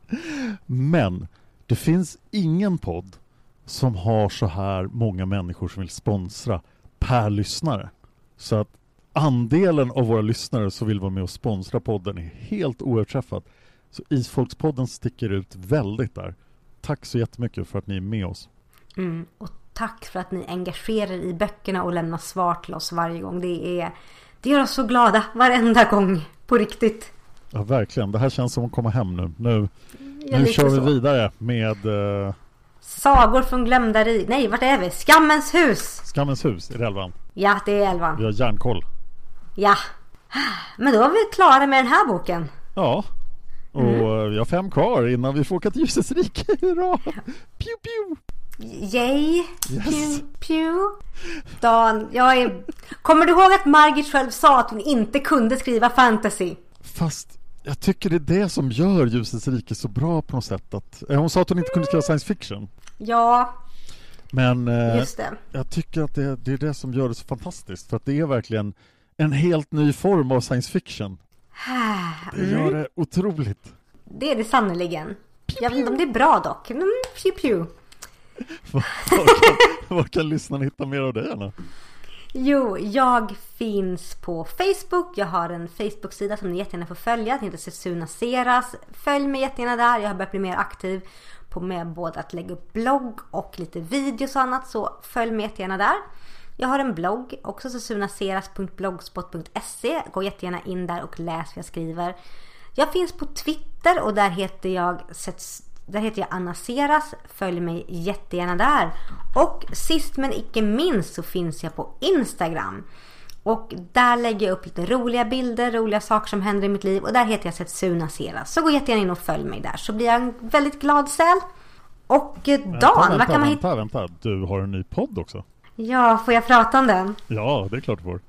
Men det finns ingen podd som har så här många människor som vill sponsra per lyssnare. Så att andelen av våra lyssnare som vill vara med och sponsra podden är helt oöverträffad. Så Isfolkspodden sticker ut väldigt där. Tack så jättemycket för att ni är med oss. Mm, och tack för att ni engagerar er i böckerna och lämnar svar till oss varje gång. Det, är, det gör oss så glada varenda gång, på riktigt. Ja, verkligen. Det här känns som att komma hem nu. Nu, nu kör vi så vidare med... Uh... Sagor från glömda rik. Nej, vart är vi? Skammens hus. Skammens hus, är det elvan? Ja, det är elvan. Vi har järnkoll. Ja. Men då är vi klara med den här boken. Ja. Och mm. vi har fem kvar innan vi får åka till ljusets rike. Hurra! Pew, pew! Yay! Yes. Pew, pew. Dan, jag är... Kommer du ihåg att Margit själv sa att hon inte kunde skriva fantasy? Fast jag tycker det är det som gör ljusets rike så bra på något sätt. Att, hon sa att hon inte kunde skriva science fiction. Ja. Men eh, just det. Jag tycker att det, det är det som gör det så fantastiskt. För att det är verkligen en helt ny form av science fiction. Det gör det otroligt. Det är det sannoliken. Jag vet inte om det är bra dock. Mm, pew, pew. Vad kan, vad kan lyssnarna hitta mer av dig, Anna? Jo, jag finns på Facebook. Jag har en Facebook-sida som ni jättegärna får följa. Den heter Setsuna Seras. Följ mig jättegärna där. Jag har börjat bli mer aktiv på med både att lägga upp blogg och lite videos och annat. Så följ mig jättegärna där. Jag har en blogg, också setsunaseras punkt blogspot punkt se. Gå jättegärna in där och läs vad jag skriver. Jag finns på Twitter och där heter jag Där heter jag Anna Seras. Följ mig jättegärna där. Och sist men icke minst så finns jag på Instagram. Och där lägger jag upp lite roliga bilder, roliga saker som händer i mitt liv. Och där heter jag Setsuna Seras. Så gå jättegärna in och följ mig där. Så blir jag en väldigt glad säl. Och Dan, vänta, vad vänta, kan man vänta, hitta? vänta, du har en ny podd också. Ja, får jag prata om den? Ja, det är klart du får.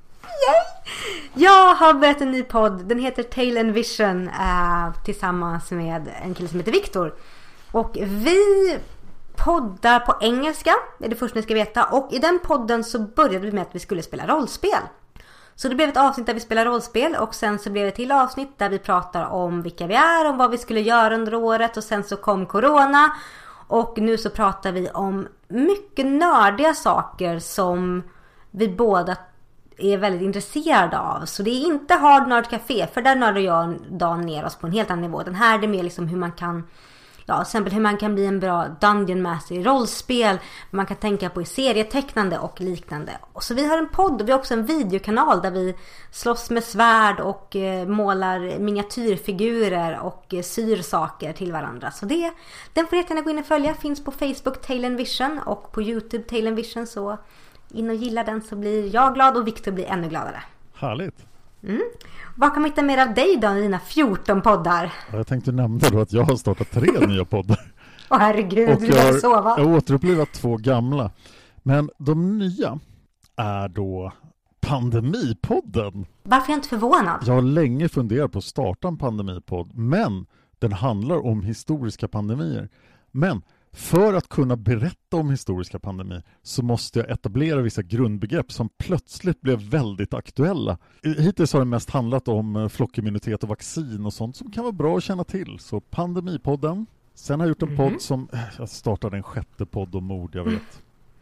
Yay! Jag har börjat en ny podd. Den heter Tale and Vision. Uh, tillsammans med en kille som heter Viktor. Och vi poddar på engelska, är det första ni ska veta. Och i den podden så började vi med att vi skulle spela rollspel. Så det blev ett avsnitt där vi spelar rollspel och sen så blev det till avsnitt där vi pratar om vilka vi är, om vad vi skulle göra under året, och sen så kom corona och nu så pratar vi om mycket nördiga saker som vi båda är väldigt intresserade av. Så det är inte Hard Nerd Café, för där nördar jag dagen ner oss på en helt annan nivå. Den här är mer liksom hur man kan, ja, till exempel hur man kan bli en bra Dungeon Master i rollspel. Man kan tänka på i serietecknande och liknande. Och så vi har en podd och vi har också en videokanal där vi slåss med svärd och eh, målar miniatyrfigurer och eh, syr saker till varandra. Så det, den får jättegärna gå in och följa. Finns på Facebook Talen Vision och på YouTube Talen Vision. Så in och gilla den så blir jag glad och Victor blir ännu gladare. Härligt. Mm. Vad kan man hitta mer av dig då i dina fjorton poddar? Jag tänkte nämna då att jag har startat tre nya poddar. Åh herregud, och du jag behöver sova. Jag har återupplivat två gamla. Men de nya är då Pandemipodden. Varför är jag inte förvånad? Jag har länge funderat på att starta en pandemipodd, men den handlar om historiska pandemier. Men för att kunna berätta om historiska pandemier så måste jag etablera vissa grundbegrepp som plötsligt blev väldigt aktuella. Hittills har det mest handlat om flockimmunitet och vaccin och sånt som kan vara bra att känna till. Så Pandemipodden. Sen har jag gjort en mm. podd som... Jag startade en sjätte podd om mord, jag vet.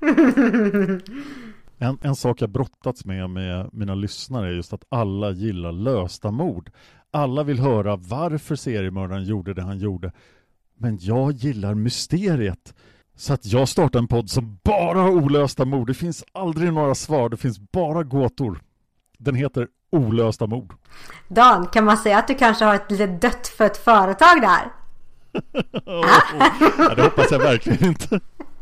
en, en sak jag brottats med med mina lyssnare är just att alla gillar lösta mord. Alla vill höra varför seriemördaren gjorde det han gjorde. Men jag gillar mysteriet. Så att jag startar en podd som bara har olösta mord. Det finns aldrig några svar. Det finns bara gåtor. Den heter Olösta mord. Dan, kan man säga att du kanske har ett lite dött för ett företag där? oh, ja, det hoppas jag verkligen inte.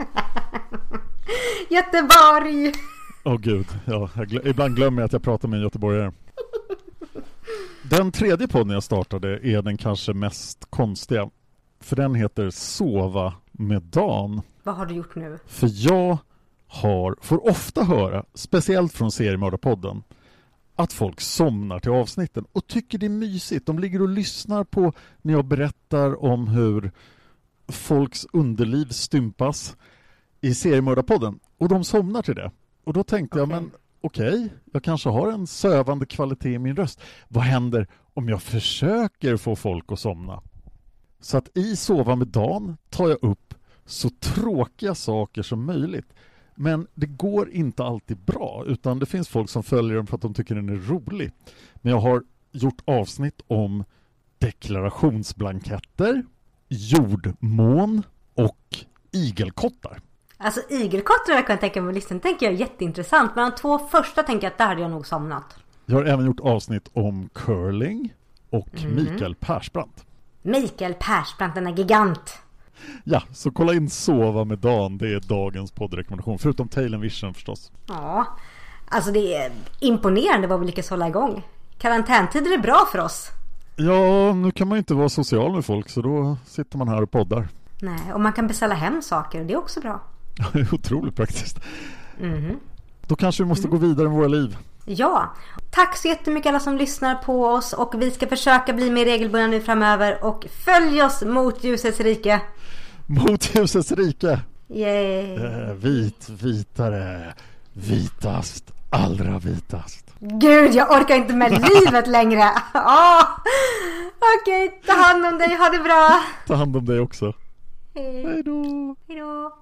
Göteborg! Åh oh, gud, ja, jag gl- ibland glömmer jag att jag pratar med en göteborgare. Den tredje podden jag startade är den kanske mest konstiga. För den heter Sova med Dan. Vad har du gjort nu? För jag har, får ofta höra, speciellt från Seriemördarpodden, att folk somnar till avsnitten och tycker det är mysigt. De ligger och lyssnar på när jag berättar om hur folks underliv stympas i Seriemördarpodden. Och de somnar till det. Och då tänkte okay. jag, men okej, okay, jag kanske har en sövande kvalitet i min röst. Vad händer om jag försöker få folk att somna? Så att i Sova med Dan tar jag upp så tråkiga saker som möjligt. Men det går inte alltid bra, utan det finns folk som följer den för att de tycker den är rolig. Men jag har gjort avsnitt om deklarationsblanketter, jordmån och igelkottar. Alltså igelkottar jag kan tänka mig listan, tänker jag är jätteintressant. Men de två första tänker jag att där hade jag nog somnat. Jag har även gjort avsnitt om curling och mm. Mikael Persbrandt. Mikael Persbrandt, den är gigant. Ja, så kolla in Sova med Dan. Det är dagens poddrekommendation. Förutom Talen Vision förstås. Ja, alltså det är imponerande vad vi lyckas hålla igång. Karantäntider är bra för oss. Ja, nu kan man ju inte vara social med folk, så då sitter man här och poddar. Nej, och man kan beställa hem saker. Det är också bra. Det är otroligt praktiskt. Mm-hmm. Då kanske vi måste mm. gå vidare med våra liv. Ja, tack så jättemycket alla som lyssnar på oss. Och vi ska försöka bli mer regelbundna nu framöver. Och följ oss mot ljusets rike. Mot ljusets rike. Yay. Eh, vit, vitare, vitast, allra vitast. Gud, jag orkar inte med livet längre. oh. Okej, okay, ta hand om dig, ha det bra. Ta hand om dig också. Hej. Hej då. Hej då.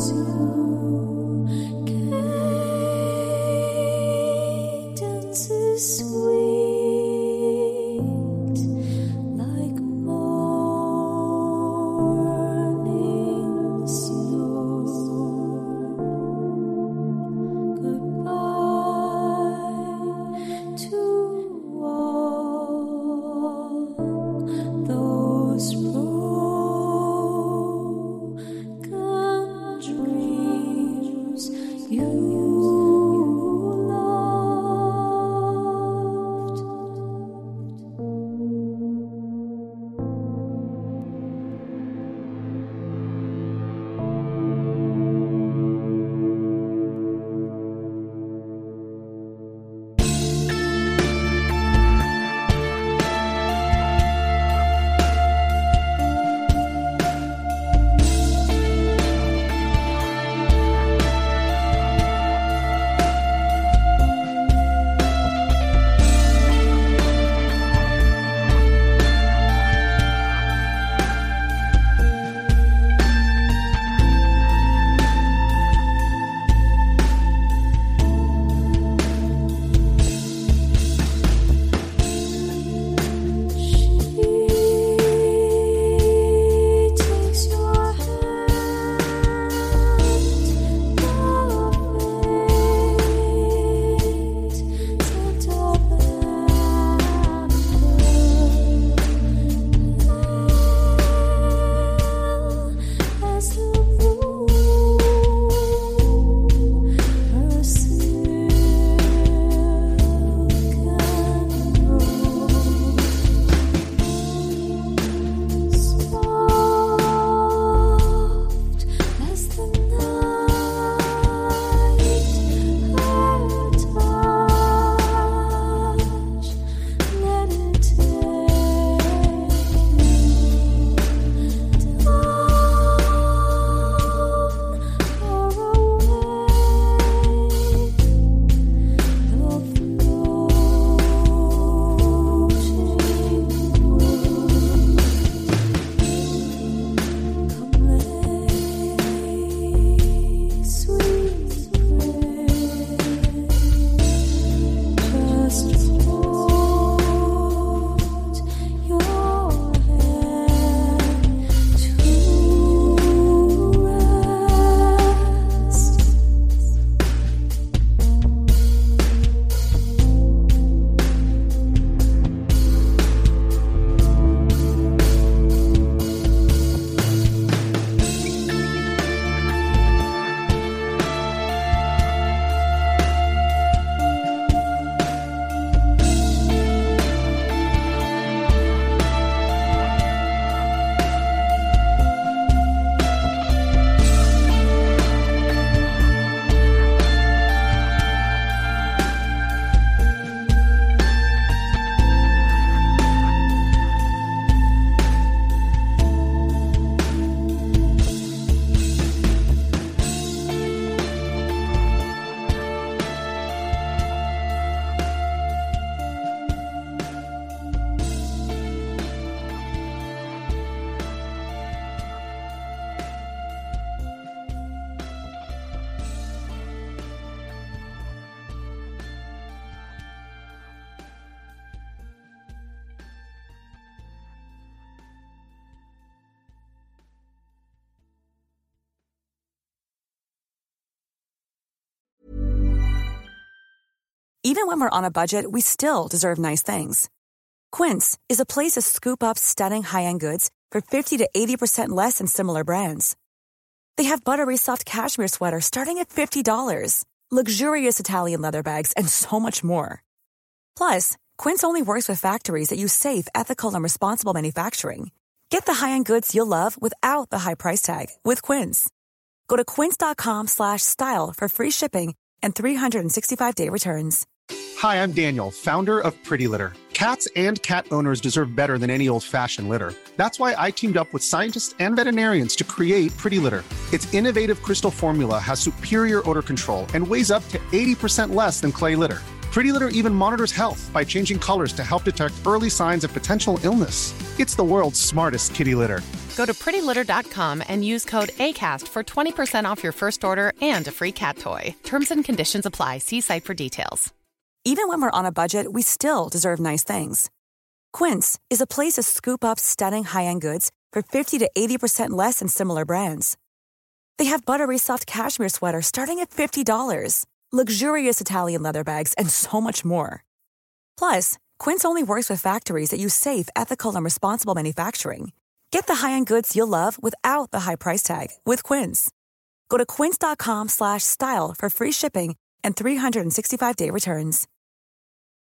Even when we're on a budget, we still deserve nice things. Quince is a place to scoop up stunning high-end goods for fifty to eighty percent less than similar brands. They have buttery soft cashmere sweaters starting at fifty dollars, luxurious Italian leather bags, and so much more. Plus, Quince only works with factories that use safe, ethical, and responsible manufacturing. Get the high-end goods you'll love without the high price tag with Quince. Go to quince.com slash style for free shipping and three sixty-five day returns. Hi, I'm Daniel, founder of Pretty Litter. Cats and cat owners deserve better than any old-fashioned litter. That's why I teamed up with scientists and veterinarians to create Pretty Litter. Its innovative crystal formula has superior odor control and weighs up to eighty percent less than clay litter. Pretty Litter even monitors health by changing colors to help detect early signs of potential illness. It's the world's smartest kitty litter. Go to pretty litter dot com and use code ACAST for twenty percent off your first order and a free cat toy. Terms and conditions apply. See site for details. Even when we're on a budget, we still deserve nice things. Quince is a place to scoop up stunning high-end goods for fifty to eighty percent less than similar brands. They have buttery soft cashmere sweaters starting at fifty dollars, luxurious Italian leather bags, and so much more. Plus, Quince only works with factories that use safe, ethical, and responsible manufacturing. Get the high-end goods you'll love without the high price tag with Quince. Go to quince dot com slash style for free shipping and three sixty-five day returns.